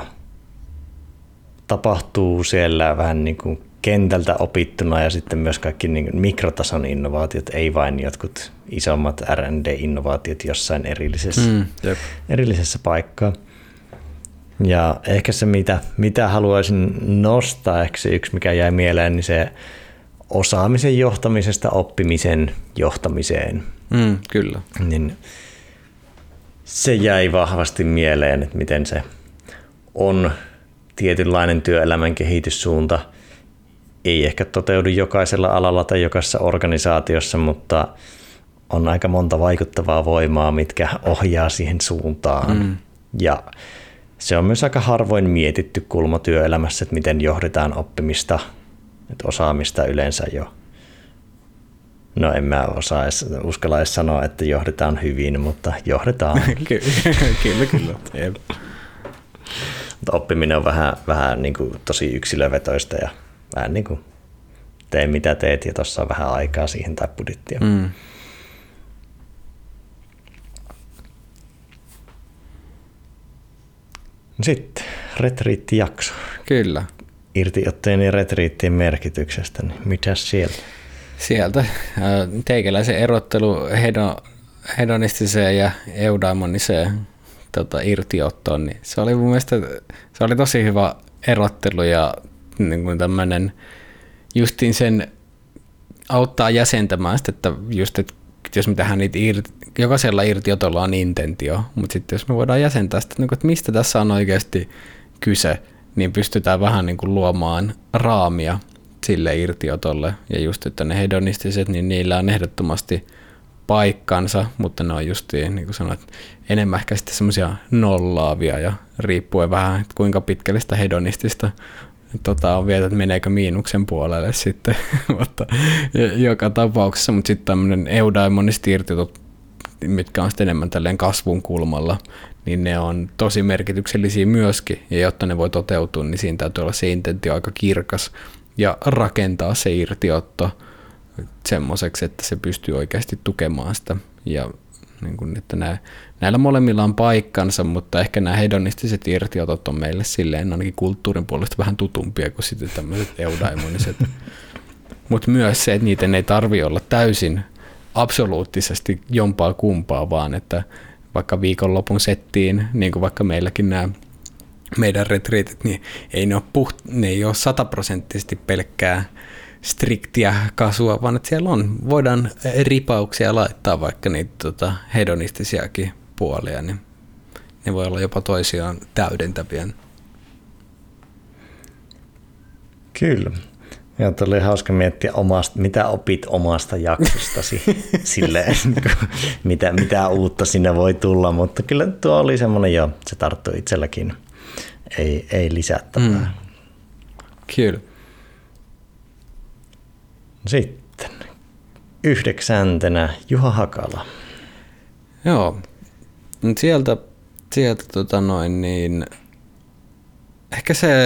tapahtuu siellä vähän niin kuin kentältä opittuna ja sitten myös kaikki niin kuin mikrotason innovaatiot, ei vain jotkut isommat R and D-innovaatiot jossain erillisessä, mm, erillisessä paikkaa. Ja ehkä se, mitä, mitä haluaisin nostaa, ehkä se yksi, mikä jäi mieleen, niin se osaamisen johtamisesta oppimisen johtamiseen. Mm, kyllä. Niin se jäi vahvasti mieleen, että miten se on tietynlainen työelämän kehityssuunta. Ei ehkä toteudu jokaisella alalla tai jokaisessa organisaatiossa, mutta on aika monta vaikuttavaa voimaa, mitkä ohjaa siihen suuntaan. Mm. Ja se on myös aika harvoin mietitty kulma työelämässä, että miten johdetaan oppimista, että osaamista yleensä jo. No en mä osaa edes, uskalla edes sanoa, että johdetaan hyvin, mutta johdetaan. Kyllä, kyllä. Mutta oppiminen on vähän, vähän niin kuin tosi yksilövetoista ja vähän niin kuin tee mitä teet ja tuossa on vähän aikaa siihen tai budjettia. Mm. Sitten retriittijakso. Kyllä. Irtiottojen ja retriittien merkityksestä, niin mitäs sieltä? Sieltä teikäläisen erottelu hedon, hedonistiseen ja eudaimoniseen tota, irtiottoon, niin se oli mun mielestä se oli tosi hyvä erottelu ja niin kuin tämmöinen justiin sen auttaa jäsentämään sitä, että just, että jos me tehdään niitä irti, jokaisella irtiotolla on intentio, mutta sitten jos me voidaan jäsentää sitä, että mistä tässä on oikeasti kyse, niin pystytään vähän niin kuin luomaan raamia sille irtiotolle. Ja just, että ne hedonistiset, niin niillä on ehdottomasti paikkansa, mutta ne on justiin, niin kuin sanoit, enemmän ehkä sitten semmoisia nollaavia ja riippuen vähän, että kuinka pitkälle sitä hedonistista tota, on vielä, että meneekö miinuksen puolelle sitten, mutta joka tapauksessa, mutta sitten tämmöinen eudaimonista irtitut, mitkä on sitten enemmän tälleen kasvun kulmalla, niin ne on tosi merkityksellisiä myöskin, ja jotta ne voi toteutua, niin siinä täytyy olla se intentio aika kirkas, ja rakentaa se irtiotto semmoiseksi, että se pystyy oikeasti tukemaan sitä, ja niin kun, että nää, näillä molemmilla on paikkansa, mutta ehkä nämä hedonistiset irtiotot on meille silleen ainakin kulttuurin puolesta vähän tutumpia kuin sitten tämmöiset eudaimoniset. Mutta myös se, että niiden ei tarvitse olla täysin absoluuttisesti jompaa kumpaa, vaan että vaikka viikonlopun settiin, niin kuin vaikka meilläkin nämä meidän retriitit, niin ei ne ole, puht- ne ei ole sataprosenttisesti pelkkää striktiä kasvua, vaan että siellä on, voidaan ripauksia laittaa vaikka niitä tota, hedonistisiakin puolia, niin ne voi olla jopa toisiaan täydentäviä. Kyllä. Ja tuli hauska miettiä, omasta, mitä opit omasta jaksostasi, silleen, mitä, mitä uutta sinne voi tulla, mutta kyllä tuo oli semmoinen jo, se tarttui itselläkin, ei, ei lisättävää. Mm. Kyllä. Sitten yhdeksäntenä Juha Hakala. Joo, sieltä, sieltä tota noin, niin ehkä se,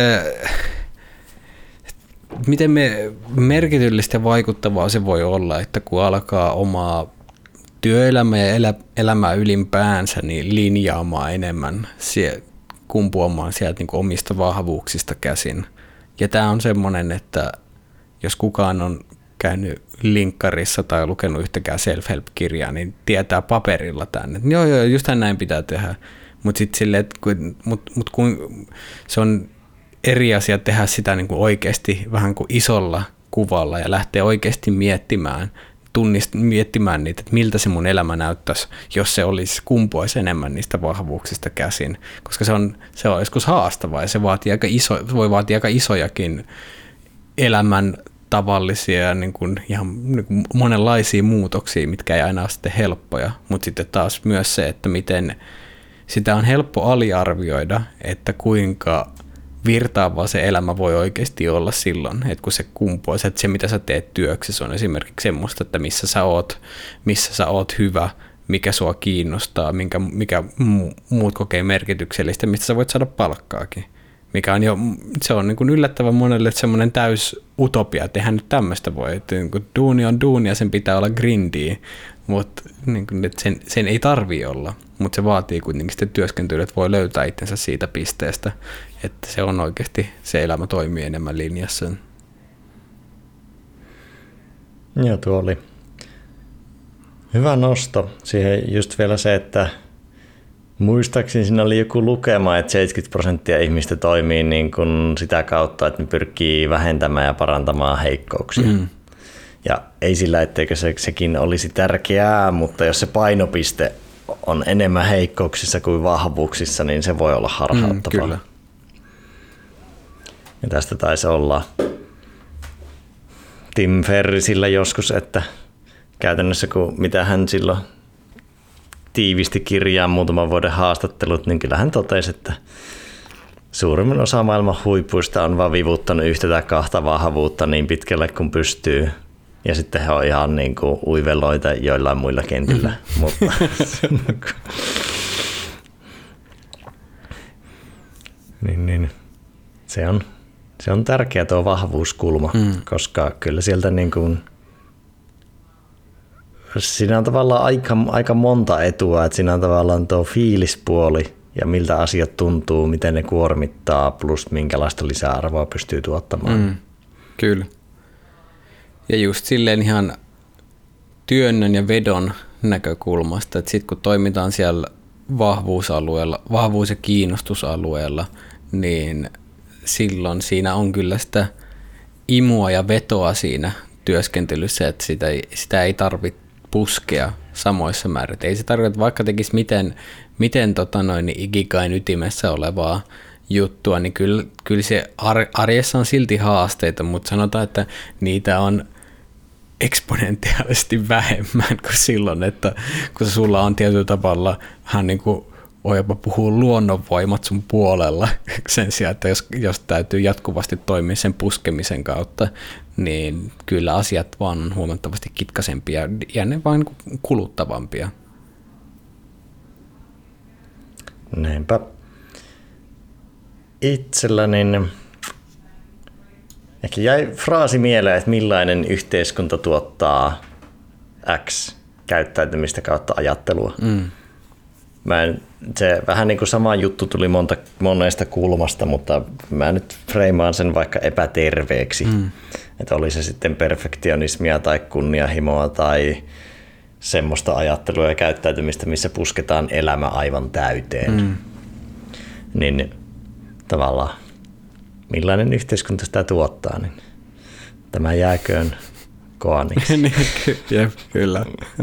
miten me merkityllistä ja vaikuttavaa se voi olla, että kun alkaa omaa työelämää ja elä, elämää ylimpäänsä, niin linjaamaan enemmän, sie, kumpuamaan sieltä niin kuin omista vahvuuksista käsin. Ja tämä on semmoinen, että jos kukaan on käynyt linkkarissa tai lukenut yhtäkään self-help-kirjaa, niin tietää paperilla tänne. Joo, joo, justhan näin pitää tehdä. Mutta sitten silleen, että kun, mut, mut kun se on eri asia tehdä sitä niin kuin oikeasti vähän kuin isolla kuvalla ja lähteä oikeasti miettimään, tunnist, miettimään niitä, että miltä se mun elämä näyttäisi, jos se olisi kumpuaisi enemmän niistä vahvuuksista käsin. Koska se on, se on joskus haastavaa ja se vaatii aika iso, voi vaatia aika isojakin elämän tavallisia ja niin kuin ihan niin kuin monenlaisia muutoksia, mitkä ei aina ole sitten helppoja, mutta sitten taas myös se, että miten sitä on helppo aliarvioida, että kuinka virtaavaa se elämä voi oikeasti olla silloin, että kun se kumpuaa, että se mitä sä teet työksi, se on esimerkiksi semmoista, että missä sä oot, missä sä oot hyvä, mikä sua kiinnostaa, minkä, mikä muut kokee merkityksellistä, mistä sä voit saada palkkaakin. Mikä on jo, se on niin kuin yllättävän monelle semmoinen täys utopia, että eihän nyt tämmöistä voi, että niin kuin duuni on duuni ja sen pitää olla grindiä, mutta niin kuin, että sen, sen ei tarvitse olla, mutta se vaatii kuitenkin sitten työskentelyä, että voi löytää itsensä siitä pisteestä, että se on oikeasti, se elämä toimii enemmän linjassa. Joo, tuo oli hyvä nosto. Siihen just vielä se, että muistaakseni siinä oli joku lukema, että seitsemänkymmentä prosenttia ihmistä toimii niin kuin sitä kautta, että ne pyrkii vähentämään ja parantamaan heikkouksia. Mm. Ja ei sillä, etteikö se, sekin olisi tärkeää, mutta jos se painopiste on enemmän heikkouksissa kuin vahvuuksissa, niin se voi olla harhauttavaa. Mm, kyllä. Ja tästä taisi olla Tim Ferrisillä joskus, että käytännössä kun mitä hän silloin tiivisti kirjaan muutaman vuoden haastattelut, niin kyllä hän totesi, että suurimman osa maailman huipuista on vaan vivuttanut yhtä tai kahta vahvuutta niin pitkälle kuin pystyy. Ja sitten he on ihan niin kuin uiveloita joillain muilla kentillä. Mm. Mutta niin, niin. Se, on, se on tärkeä tuo vahvuuskulma, mm. koska kyllä sieltä niin kuin siinä on tavallaan aika, aika monta etua, että siinä on tavallaan tuo fiilispuoli ja miltä asiat tuntuu, miten ne kuormittaa, plus minkälaista lisäarvoa pystyy tuottamaan. Mm, kyllä. Ja just silleen ihan työnnön ja vedon näkökulmasta, että sitten kun toimitaan siellä vahvuusalueella, vahvuus- ja kiinnostusalueella, niin silloin siinä on kyllä sitä imua ja vetoa siinä työskentelyssä, että sitä ei, sitä ei tarvitse puskea samoissa määrin. Ei se tarkoita, että vaikka tekisi miten, miten tota noin, ikigain ytimessä olevaa juttua, niin kyllä, kyllä se arjessa on silti haasteita, mutta sanotaan, että niitä on eksponentiaalisesti vähemmän kuin silloin, että kun sulla on tietyllä tavalla vähän niin kuin Oipa puhuu luonnonvoimat sun puolella sen sijaan, että jos, jos täytyy jatkuvasti toimia sen puskemisen kautta, niin kyllä asiat vaan on huomattavasti kitkaisempia ja ne vain kuluttavampia. Näinpä. Itselläni ehkä jäi fraasi mieleen, että millainen yhteiskunta tuottaa X käyttäytymistä kautta ajattelua. Mm. Mä en, se vähän niin kuin sama juttu tuli monta, monesta kulmasta, mutta mä nyt freimaan sen vaikka epäterveeksi. Mm. Että oli se sitten perfektionismia tai kunnianhimoa tai semmoista ajattelua ja käyttäytymistä, missä pusketaan elämä aivan täyteen. Mm. Niin tavallaan millainen yhteiskunta sitä tuottaa, niin tämä jääköön koaniksi. Niin, jep, kyllä.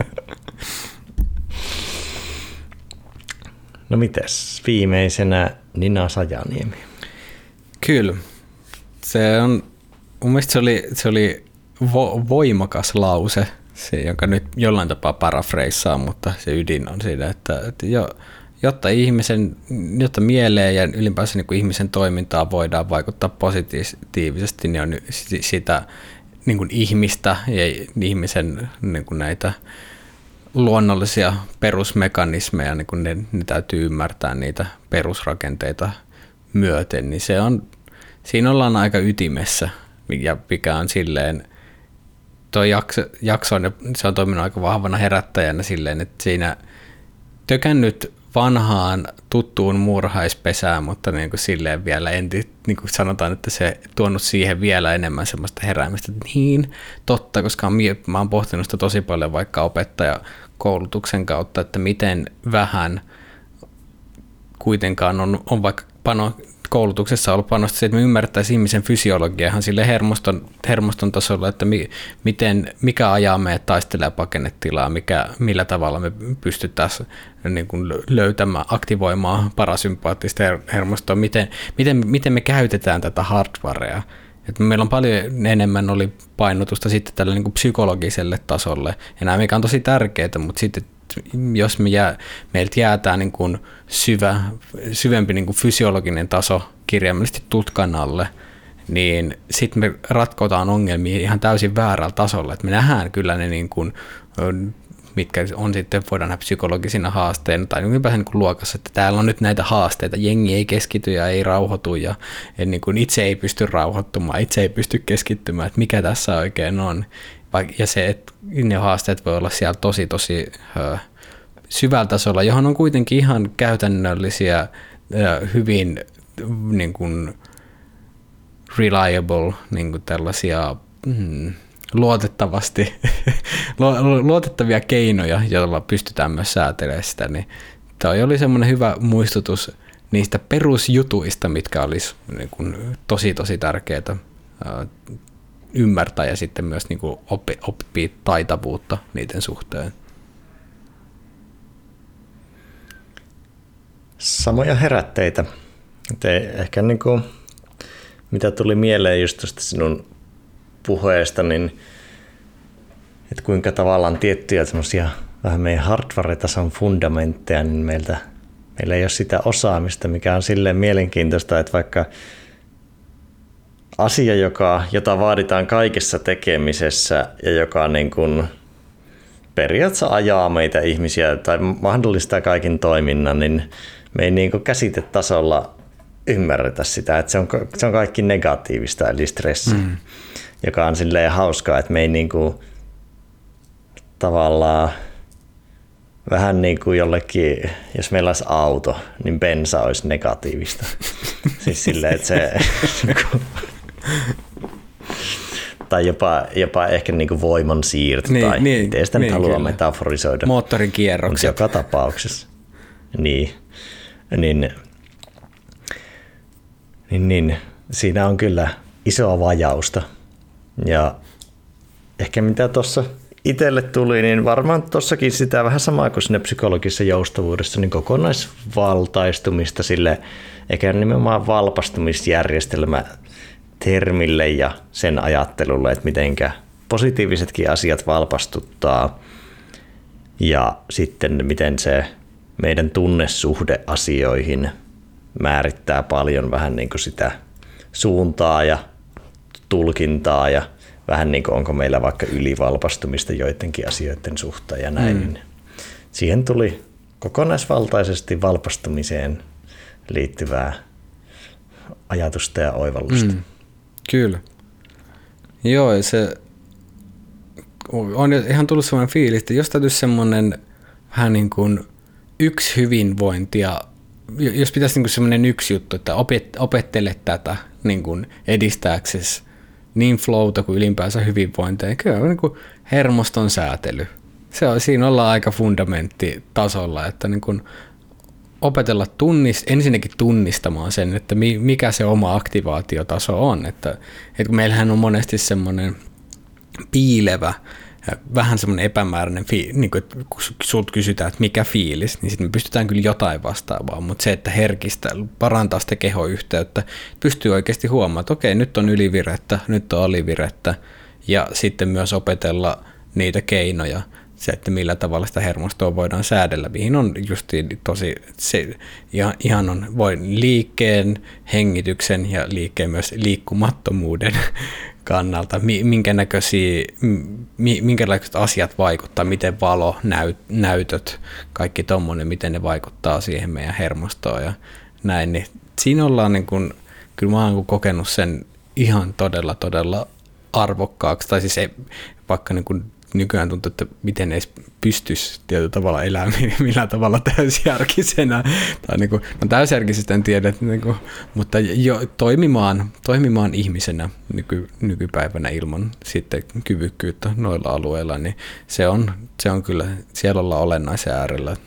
No mites viimeisenä Nina Sajaniemi? Kyllä. Se on, mun mielestä se oli, se oli vo, voimakas lause, se, jonka nyt jollain tapaa parafreissaa, mutta se ydin on siinä, että, että jo, jotta ihmisen, jotta mieleen ja ylipäänsä niin kuin ihmisen toimintaan voidaan vaikuttaa positiivisesti, niin on sitä niin kuin ihmistä ja ihmisen niin kuin näitä luonnollisia perusmekanismeja, niin kun ne, ne täytyy ymmärtää niitä perusrakenteita myöten, niin se on, siinä ollaan aika ytimessä, ja mikä on silleen, tuo jakso, jakso on, se on toiminut aika vahvana herättäjänä silleen, että siinä tökännyt vanhaan tuttuun muurahaispesään, mutta niin kuin silleen vielä enti, niin kuin sanotaan, että se tuonut siihen vielä enemmän semmoista heräämistä, että niin, totta, koska mä oon pohtinut sitä tosi paljon vaikka opettajakoulutuksen kautta, että miten vähän kuitenkaan on, on vaikka pano, koulutuksessa ollut panosta se, että me ymmärtäisiin ihmisen fysiologiaa ihan sille hermoston, hermoston tasolla, että mi, miten, mikä ajaa meidät taistelee pakennetilaa, mikä, millä tavalla me pystyttäisiin niin kuin löytämään, aktivoimaan parasympaattista hermostoa, miten, miten, miten me käytetään tätä hardwarea. Et meillä on paljon enemmän oli painotusta sitten tälle niin kuin psykologiselle tasolle, ja nämä mikä on tosi tärkeää, mutta sitten jos me jää, meiltä jää tämä niin kuin syvä, syvempi niin kuin fysiologinen taso kirjaimellisesti tutkan alle, niin sitten me ratkotaan ongelmia ihan täysin väärällä tasolla. Et me nähdään kyllä ne, niin kuin, mitkä on sitten, voidaan nähdä psykologisina haasteina tai ylipäänsä niin kuin luokassa, että täällä on nyt näitä haasteita, jengi ei keskity ja ei rauhoitu ja niin kuin itse ei pysty rauhoittumaan, itse ei pysty keskittymään, että mikä tässä oikein on. Ja se, että ne haasteet voi olla siellä tosi, tosi ö, syvällä tasolla, johon on kuitenkin ihan käytännöllisiä, ö, hyvin niin kuin reliable, niin kuin tällaisia mm, luotettavasti, luotettavia keinoja, joilla pystytään myös säätelemään sitä. Niin toi oli semmoinen hyvä muistutus niistä perusjutuista, mitkä olisi niin kuin tosi, tosi tärkeää ymmärtää ja sitten myös niin kuin oppi, oppii taitavuutta niiden suhteen. Samoja herätteitä. Te ehkä niin kuin, mitä tuli mieleen just tuosta sinun puheesta, niin että kuinka tavallaan tiettyjä semmoisia vähän meidän hardware-tason fundamentteja, niin meiltä, meillä ei ole sitä osaamista, mikä on silleen mielenkiintoista, että vaikka asia, joka, jota vaaditaan kaikessa tekemisessä ja joka niin kuin periaatteessa ajaa meitä ihmisiä tai mahdollistaa kaiken toiminnan, niin me ei niin kuin käsitetasolla ymmärretä sitä, että se on, se on kaikki negatiivista, eli stressi, mm. joka on silleen hauskaa, että me ei niin kuin tavallaan vähän niin kuin jollekin, jos meillä olisi auto, niin bensa olisi negatiivista. Siis silleen, että se tai jopa, jopa ehkä niin kuin voiman siirto, niin, tai niin, miten sitä niin, nyt haluaa kyllä metaforisoida. Moottorin kierrokset. Joka tapauksessa. Niin, niin, niin, niin, siinä on kyllä isoa vajausta. Ja ehkä mitä tuossa itselle tuli, niin varmaan tuossakin sitä vähän samaa kuin siinä psykologisessa joustavuudessa, niin kokonaisvaltaistumista sille, eikä nimenomaan valpastumisjärjestelmä termille ja sen ajattelulle, että mitenkä positiivisetkin asiat valpastuttaa ja sitten miten se meidän tunnesuhde asioihin määrittää paljon vähän niin kuin sitä suuntaa ja tulkintaa ja vähän niin kuin onko meillä vaikka ylivalpastumista joidenkin asioiden suhteen ja näin. Mm. Siihen tuli kokonaisvaltaisesti valpastumiseen liittyvää ajatusta ja oivallusta. Mm. Kyllä. Joo, se on ihan tullut sellainen fiilis, että jos täytyisi semmoinen vähän niin kuin yksi hyvinvointi ja jos pitäisi niin kuin semmoinen yksi juttu, että opet, opettele tätä niin kuin edistääksesi niin flowta kuin ylipäänsä hyvinvointia, niin kyllä niin kuin hermoston säätely. Se on, siinä ollaan aika fundamenttitasolla, että niin kuin opetella tunnist, ensinnäkin tunnistamaan sen, että mikä se oma aktivaatiotaso on. Että, että kun meillähän on monesti semmoinen piilevä, vähän semmoinen epämääräinen, niin kuin, että kun sulta kysytään, että mikä fiilis, niin sitten me pystytään kyllä jotain vastaavaa, mutta se, että herkistä, parantaa sitä kehoyhteyttä, pystyy oikeasti huomaamaan, että okei, nyt on ylivirettä, nyt on alivirettä, ja sitten myös opetella niitä keinoja, se, että millä tavalla sitä hermostoa voidaan säädellä, mihin on justiin tosi, se ihan on, voi liikkeen, hengityksen ja liikkeen myös liikkumattomuuden kannalta, minkä näköisiä, minkälaiset asiat vaikuttaa, miten valo, näyt, näytöt, kaikki tommoinen, miten ne vaikuttaa siihen meidän hermostoon ja näin, niin siinä ollaan niin kuin, kyllä mä oon kokenut sen ihan todella, todella arvokkaaksi, tai siis ei, vaikka niin kuin nykyään tuntuu, että miten edes pystyisi tietyllä tavalla elämään millään tavalla täysjärkisenä. Tai niin kuin, no täysjärkisestä en tiedä, niin kuin, mutta jo, toimimaan, toimimaan ihmisenä nyky, nykypäivänä ilman sitten kyvykkyyttä noilla alueilla, niin se on, se on kyllä, siellä ollaan olennaisen äärellä.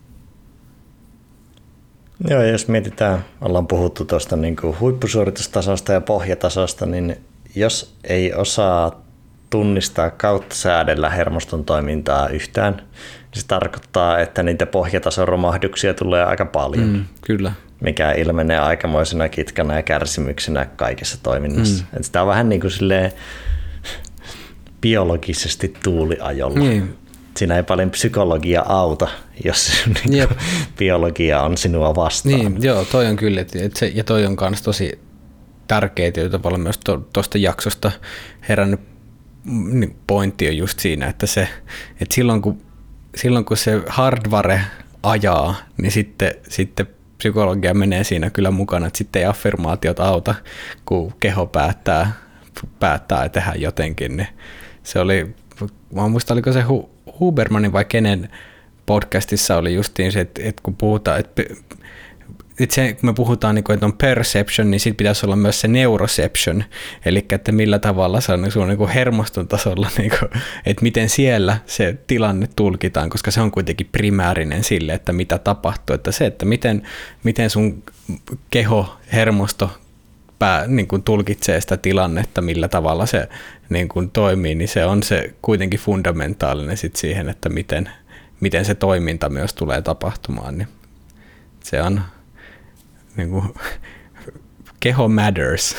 Joo, jos mietitään, ollaan puhuttu tuosta niin kuin huippusuoritustasosta ja pohjatasosta, niin jos ei osaa tunnistaa kautta säädellä hermoston toimintaa yhtään, niin se tarkoittaa, että niitä pohjatason romahduksia tulee aika paljon. Mm, kyllä. Mikä ilmenee aikamoisena kitkana ja kärsimyksenä kaikessa toiminnassa. Mm. Sitä on vähän niin kuin silleen biologisesti tuuliajolla. Niin. Siinä ei paljon psykologia auta, jos niin biologia on sinua vastaan. Niin, joo, toi on kyllä. Että se, ja toi on myös tosi tärkeä tietyllä tavalla myös tuosta jaksosta herännyt pointti on just siinä, että, se, että silloin, kun, silloin kun se hardware ajaa, niin sitten, sitten psykologia menee siinä kyllä mukana, että sitten ei affirmaatiot auta, kun keho päättää, päättää tehdä jotenkin. Niin se oli, mä muistan, oliko se Hubermanin vai kenen podcastissa oli justiin se, että, että kun puhutaan, että Että se, kun me puhutaan, että on perception, niin sitten pitäisi olla myös se neuroception, eli että millä tavalla se on sun niin hermoston tasolla, että miten siellä se tilanne tulkitaan, koska se on kuitenkin primäärinen sille, että mitä tapahtuu. Että se, että miten, miten sun keho, hermosto pää, niin kuin tulkitsee sitä tilannetta, millä tavalla se niin kuin toimii, niin se on se kuitenkin fundamentaalinen sit siihen, että miten, miten se toiminta myös tulee tapahtumaan. Niin se on niin kuin, keho matters.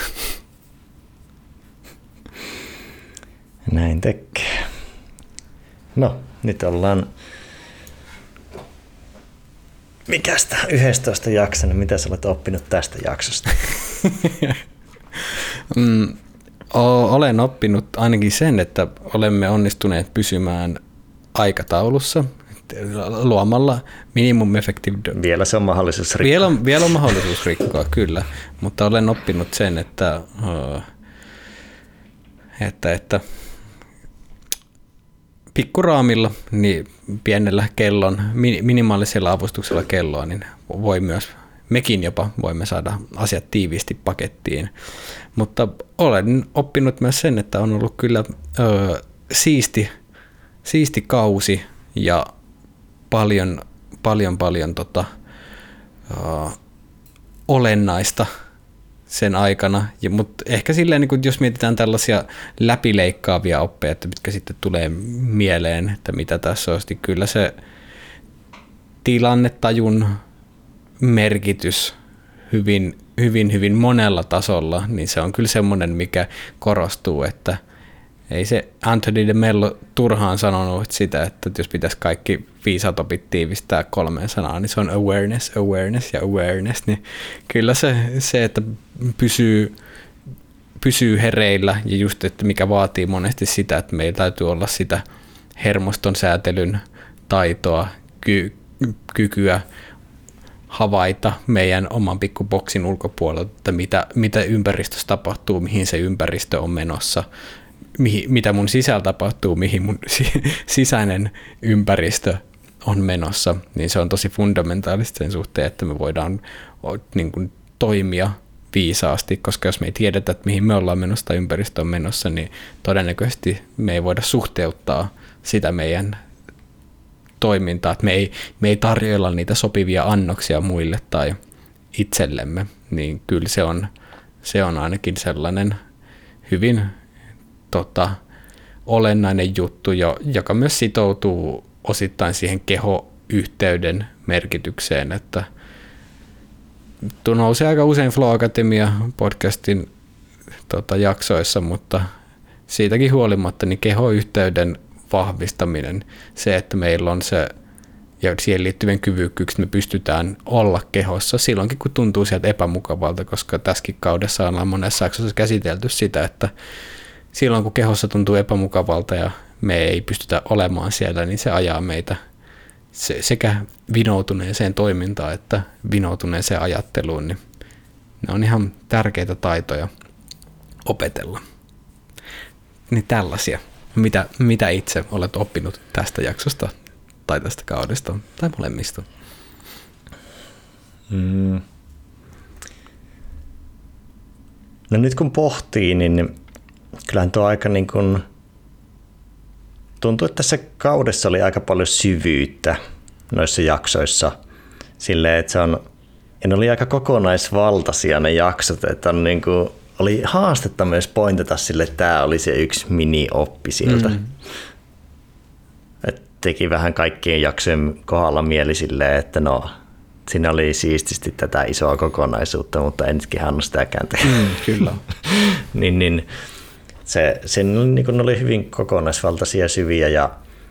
Näin tekee. No, nyt ollaan mikäs tämä yhdestoista jakso, niin mitä sä olet oppinut tästä jaksosta? mm, olen oppinut ainakin sen, että olemme onnistuneet pysymään aikataulussa luomalla minimum effective. Vielä se on mahdollisuus rikkoa. Vielä on, vielä on mahdollisuus rikkoa, kyllä. Mutta olen oppinut sen, että, että, että pikkuraamilla, niin pienellä kellon, minimaalisella avustuksella kelloa, niin voi myös, mekin jopa voimme saada asiat tiiviisti pakettiin. Mutta olen oppinut myös sen, että on ollut kyllä ö, siisti, siisti kausi ja paljon, paljon, paljon tota, ö, olennaista sen aikana, ja, mutta ehkä silleen, niin kun jos mietitään tällaisia läpileikkaavia oppeja, että mitkä sitten tulee mieleen, että mitä tässä on, niin kyllä se tilannetajun merkitys hyvin, hyvin, hyvin monella tasolla, niin se on kyllä semmoinen, mikä korostuu, että ei se Anthony de Mello turhaan sanonut sitä, että jos pitäisi kaikki viisaat opit tiivistää kolmeen sanaan, niin se on awareness, awareness ja awareness, niin kyllä se, se että pysyy, pysyy hereillä ja just, että mikä vaatii monesti sitä, että meillä täytyy olla sitä hermoston säätelyn taitoa, ky- kykyä havaita meidän oman pikkuboksin ulkopuolelta, että mitä, mitä ympäristössä tapahtuu, mihin se ympäristö on menossa, mihin, mitä mun sisällä tapahtuu, mihin mun sisäinen ympäristö on menossa, niin se on tosi fundamentaalista sen suhteen, että me voidaan niin kuin, toimia viisaasti, koska jos me ei tiedetä, että mihin me ollaan menossa tai ympäristö on menossa, niin todennäköisesti me ei voida suhteuttaa sitä meidän toimintaa, että me ei, me ei tarjoilla niitä sopivia annoksia muille tai itsellemme, niin kyllä se on, se on ainakin sellainen hyvin tota, olennainen juttu, jo, joka myös sitoutuu osittain siihen kehoyhteyden merkitykseen, että nousee aika usein Flow Academia podcastin tota, jaksoissa, mutta siitäkin huolimatta niin kehoyhteyden vahvistaminen, se, että meillä on se ja siihen liittyvien kyvykkyyksiä, me pystytään olla kehossa silloinkin, kun tuntuu sieltä epämukavalta, koska tässäkin kaudessa ollaan monessa jaksossa käsitelty sitä, että silloin kun kehossa tuntuu epämukavalta ja me ei pystytä olemaan siellä, niin se ajaa meitä se, sekä vinoutuneeseen toimintaan että vinoutuneeseen ajatteluun, niin ne on ihan tärkeitä taitoja opetella. Niin tällaisia. Mitä, mitä itse olet oppinut tästä jaksosta tai tästä kaudesta tai molemmista? Mm. No nyt kun pohtii, niin kyllähän tuo aika niin kuin tuntuu, että tässä kaudessa oli aika paljon syvyyttä noissa jaksoissa. Silleen, että se on, ja ne oli aika kokonaisvaltaisia ne jaksot, että on niin kuin, oli haastetta myös pointata sille, että tämä oli se yksi mini-oppi sieltä. Mm. Et teki vähän kaikkien jaksojen kohdalla mieli silleen, että no, siinä oli siististi tätä isoa kokonaisuutta, mutta en nytkin hannut sitäkään tehdä. Mm, kyllä. niin, niin, se, se niin oli hyvin kokonaisvaltaisia syviä ja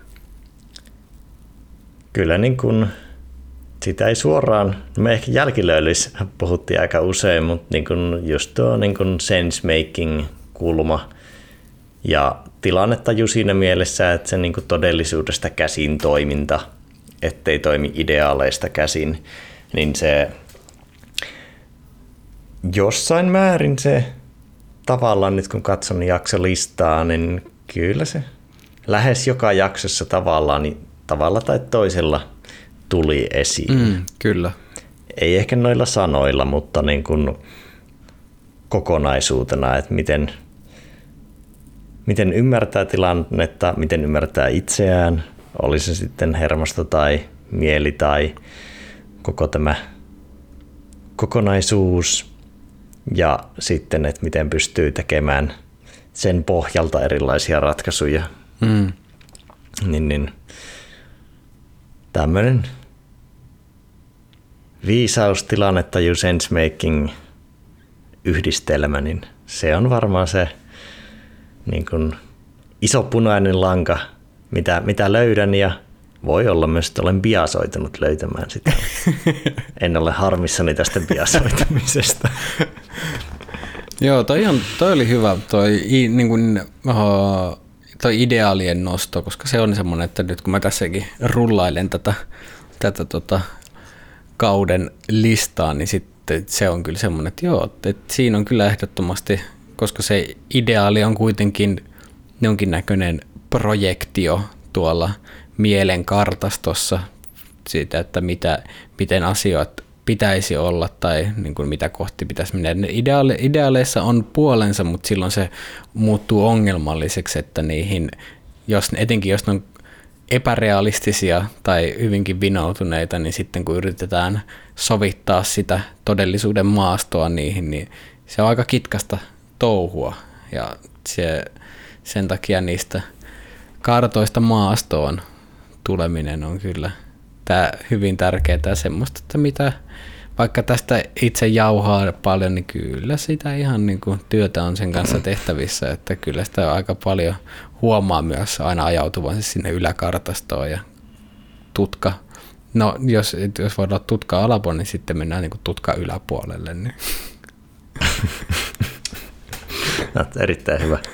kyllä niin kuin, sitä ei suoraan, me ehkä jälkilöillissä puhuttiin aika usein, mutta niin kuin just tuo niin kuin sense-making-kulma ja tilannetaju siinä mielessä, että se niin kuin todellisuudesta käsin toiminta, ettei toimi ideaaleista käsin, niin se jossain määrin se tavallaan nyt kun katson jaksolistaa, niin kyllä se lähes joka jaksossa tavallaan niin tavalla tai toisella tuli esiin. Mm, kyllä. Ei ehkä noilla sanoilla, mutta niin kuin kokonaisuutena, että miten, miten ymmärtää tilannetta, miten ymmärtää itseään, oli se sitten hermosto tai mieli tai koko tämä kokonaisuus ja sitten, että miten pystyy tekemään sen pohjalta erilaisia ratkaisuja. Mm. Niin, niin tämmöinen viisaus, tilannetaju, sense-making yhdistelmä, niin se on varmaan se niin kuin iso punainen lanka, mitä, mitä löydän ja voi olla myös, että olen biasoitunut löytämään sitä. En ole harmissani tästä biasoitumisesta. Joo, toi, on, toi oli hyvä, toi, niin kuin, uh, toi ideaalien nosto, koska se on semmoinen, että nyt kun mä tässäkin rullailen tätä, tätä tota, kauden listaa, niin sitten se on kyllä semmoinen, että joo, että siinä on kyllä ehdottomasti, koska se ideaali on kuitenkin jonkinnäköinen projektio tuolla mielen kartastossa siitä, että mitä, miten asioita pitäisi olla tai niin kuin mitä kohti pitäisi mennä. Ne ideaale, ideaaleissa on puolensa, mutta silloin se muuttuu ongelmalliseksi, että niihin, jos, etenkin jos ne on epärealistisia tai hyvinkin vinoutuneita, niin sitten kun yritetään sovittaa sitä todellisuuden maastoa niihin, niin se on aika kitkasta touhua ja se, sen takia niistä kartoista maastoon tuleminen on kyllä tää hyvin tärkeää ja semmoista, että mitä vaikka tästä itse jauhaa paljon, niin kyllä sitä ihan niin kuin työtä on sen kanssa tehtävissä, että kyllä sitä aika paljon huomaa myös aina ajautuvansa sinne yläkartastoon ja tutka. No jos, jos voidaan olla tutka alapuolella, niin sitten mennään niin kuin tutka yläpuolelle. Niin. No, erittäin hyvä.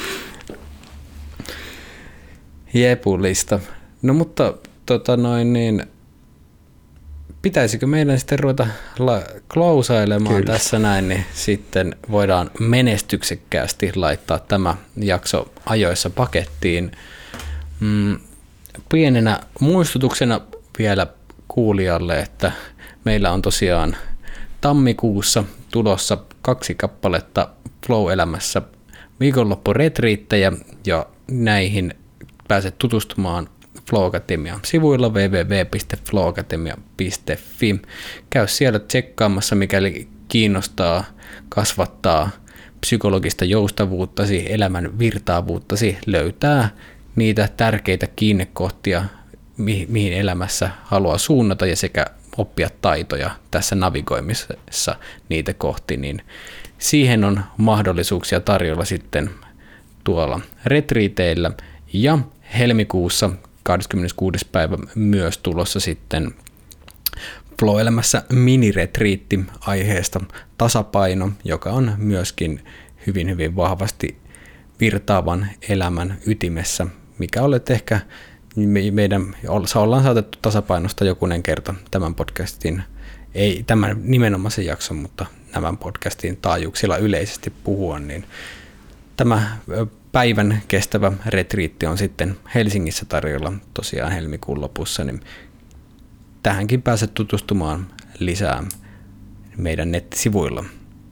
Jepulista. No mutta tota noin niin, pitäisikö meidän sitten ruveta la- klousailemaan tässä näin, niin sitten voidaan menestyksekkäästi laittaa tämä jakso ajoissa pakettiin. Mm, pienenä muistutuksena vielä kuulijalle, että meillä on tosiaan tammikuussa tulossa kaksi kappaletta Flow-elämässä viikonloppuretriittejä, ja näihin pääset tutustumaan Flow Academian sivuilla double-u double-u double-u piste flow academia piste f i. Käy siellä tsekkaamassa, mikäli kiinnostaa kasvattaa psykologista joustavuuttasi, elämän virtaavuuttasi, löytää niitä tärkeitä kiinnekohtia, mihin elämässä haluaa suunnata ja sekä oppia taitoja tässä navigoimisessa niitä kohti, niin siihen on mahdollisuuksia tarjolla sitten tuolla retriiteillä. Ja helmikuussa kahdeskymmeneskuudes päivä myös tulossa sitten Flow-elämässä miniretriitti aiheesta tasapaino, joka on myöskin hyvin hyvin vahvasti virtaavan elämän ytimessä, mikä olet ehkä meidän, ollaan saatettu tasapainosta jokunen kerta tämän podcastin, ei tämän nimenomaisen jakson, mutta tämän podcastin taajuuksilla yleisesti puhua, niin tämä päivän kestävä retriitti on sitten Helsingissä tarjolla tosiaan helmikuun lopussa, niin tähänkin pääset tutustumaan lisää meidän nettisivuilla.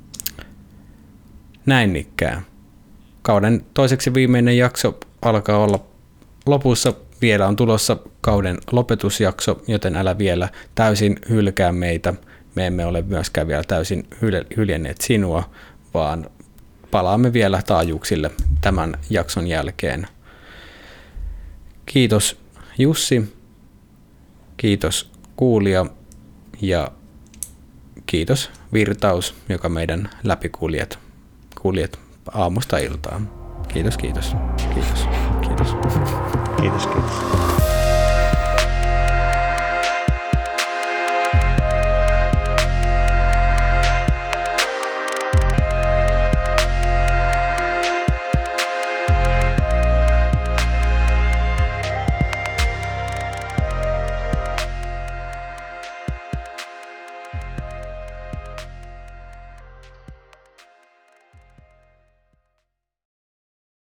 Näin ikään. Kauden toiseksi viimeinen jakso alkaa olla lopussa. Vielä on tulossa kauden lopetusjakso, joten älä vielä täysin hylkää meitä. Me emme ole myöskään vielä täysin hyljenneet sinua, vaan palaamme vielä taajuuksille tämän jakson jälkeen. Kiitos Jussi, kiitos kuulija ja kiitos Virtaus, joka meidän läpikuljet kuljet aamusta iltaan. Kiitos, kiitos, kiitos, kiitos. Kiitos, kiitos.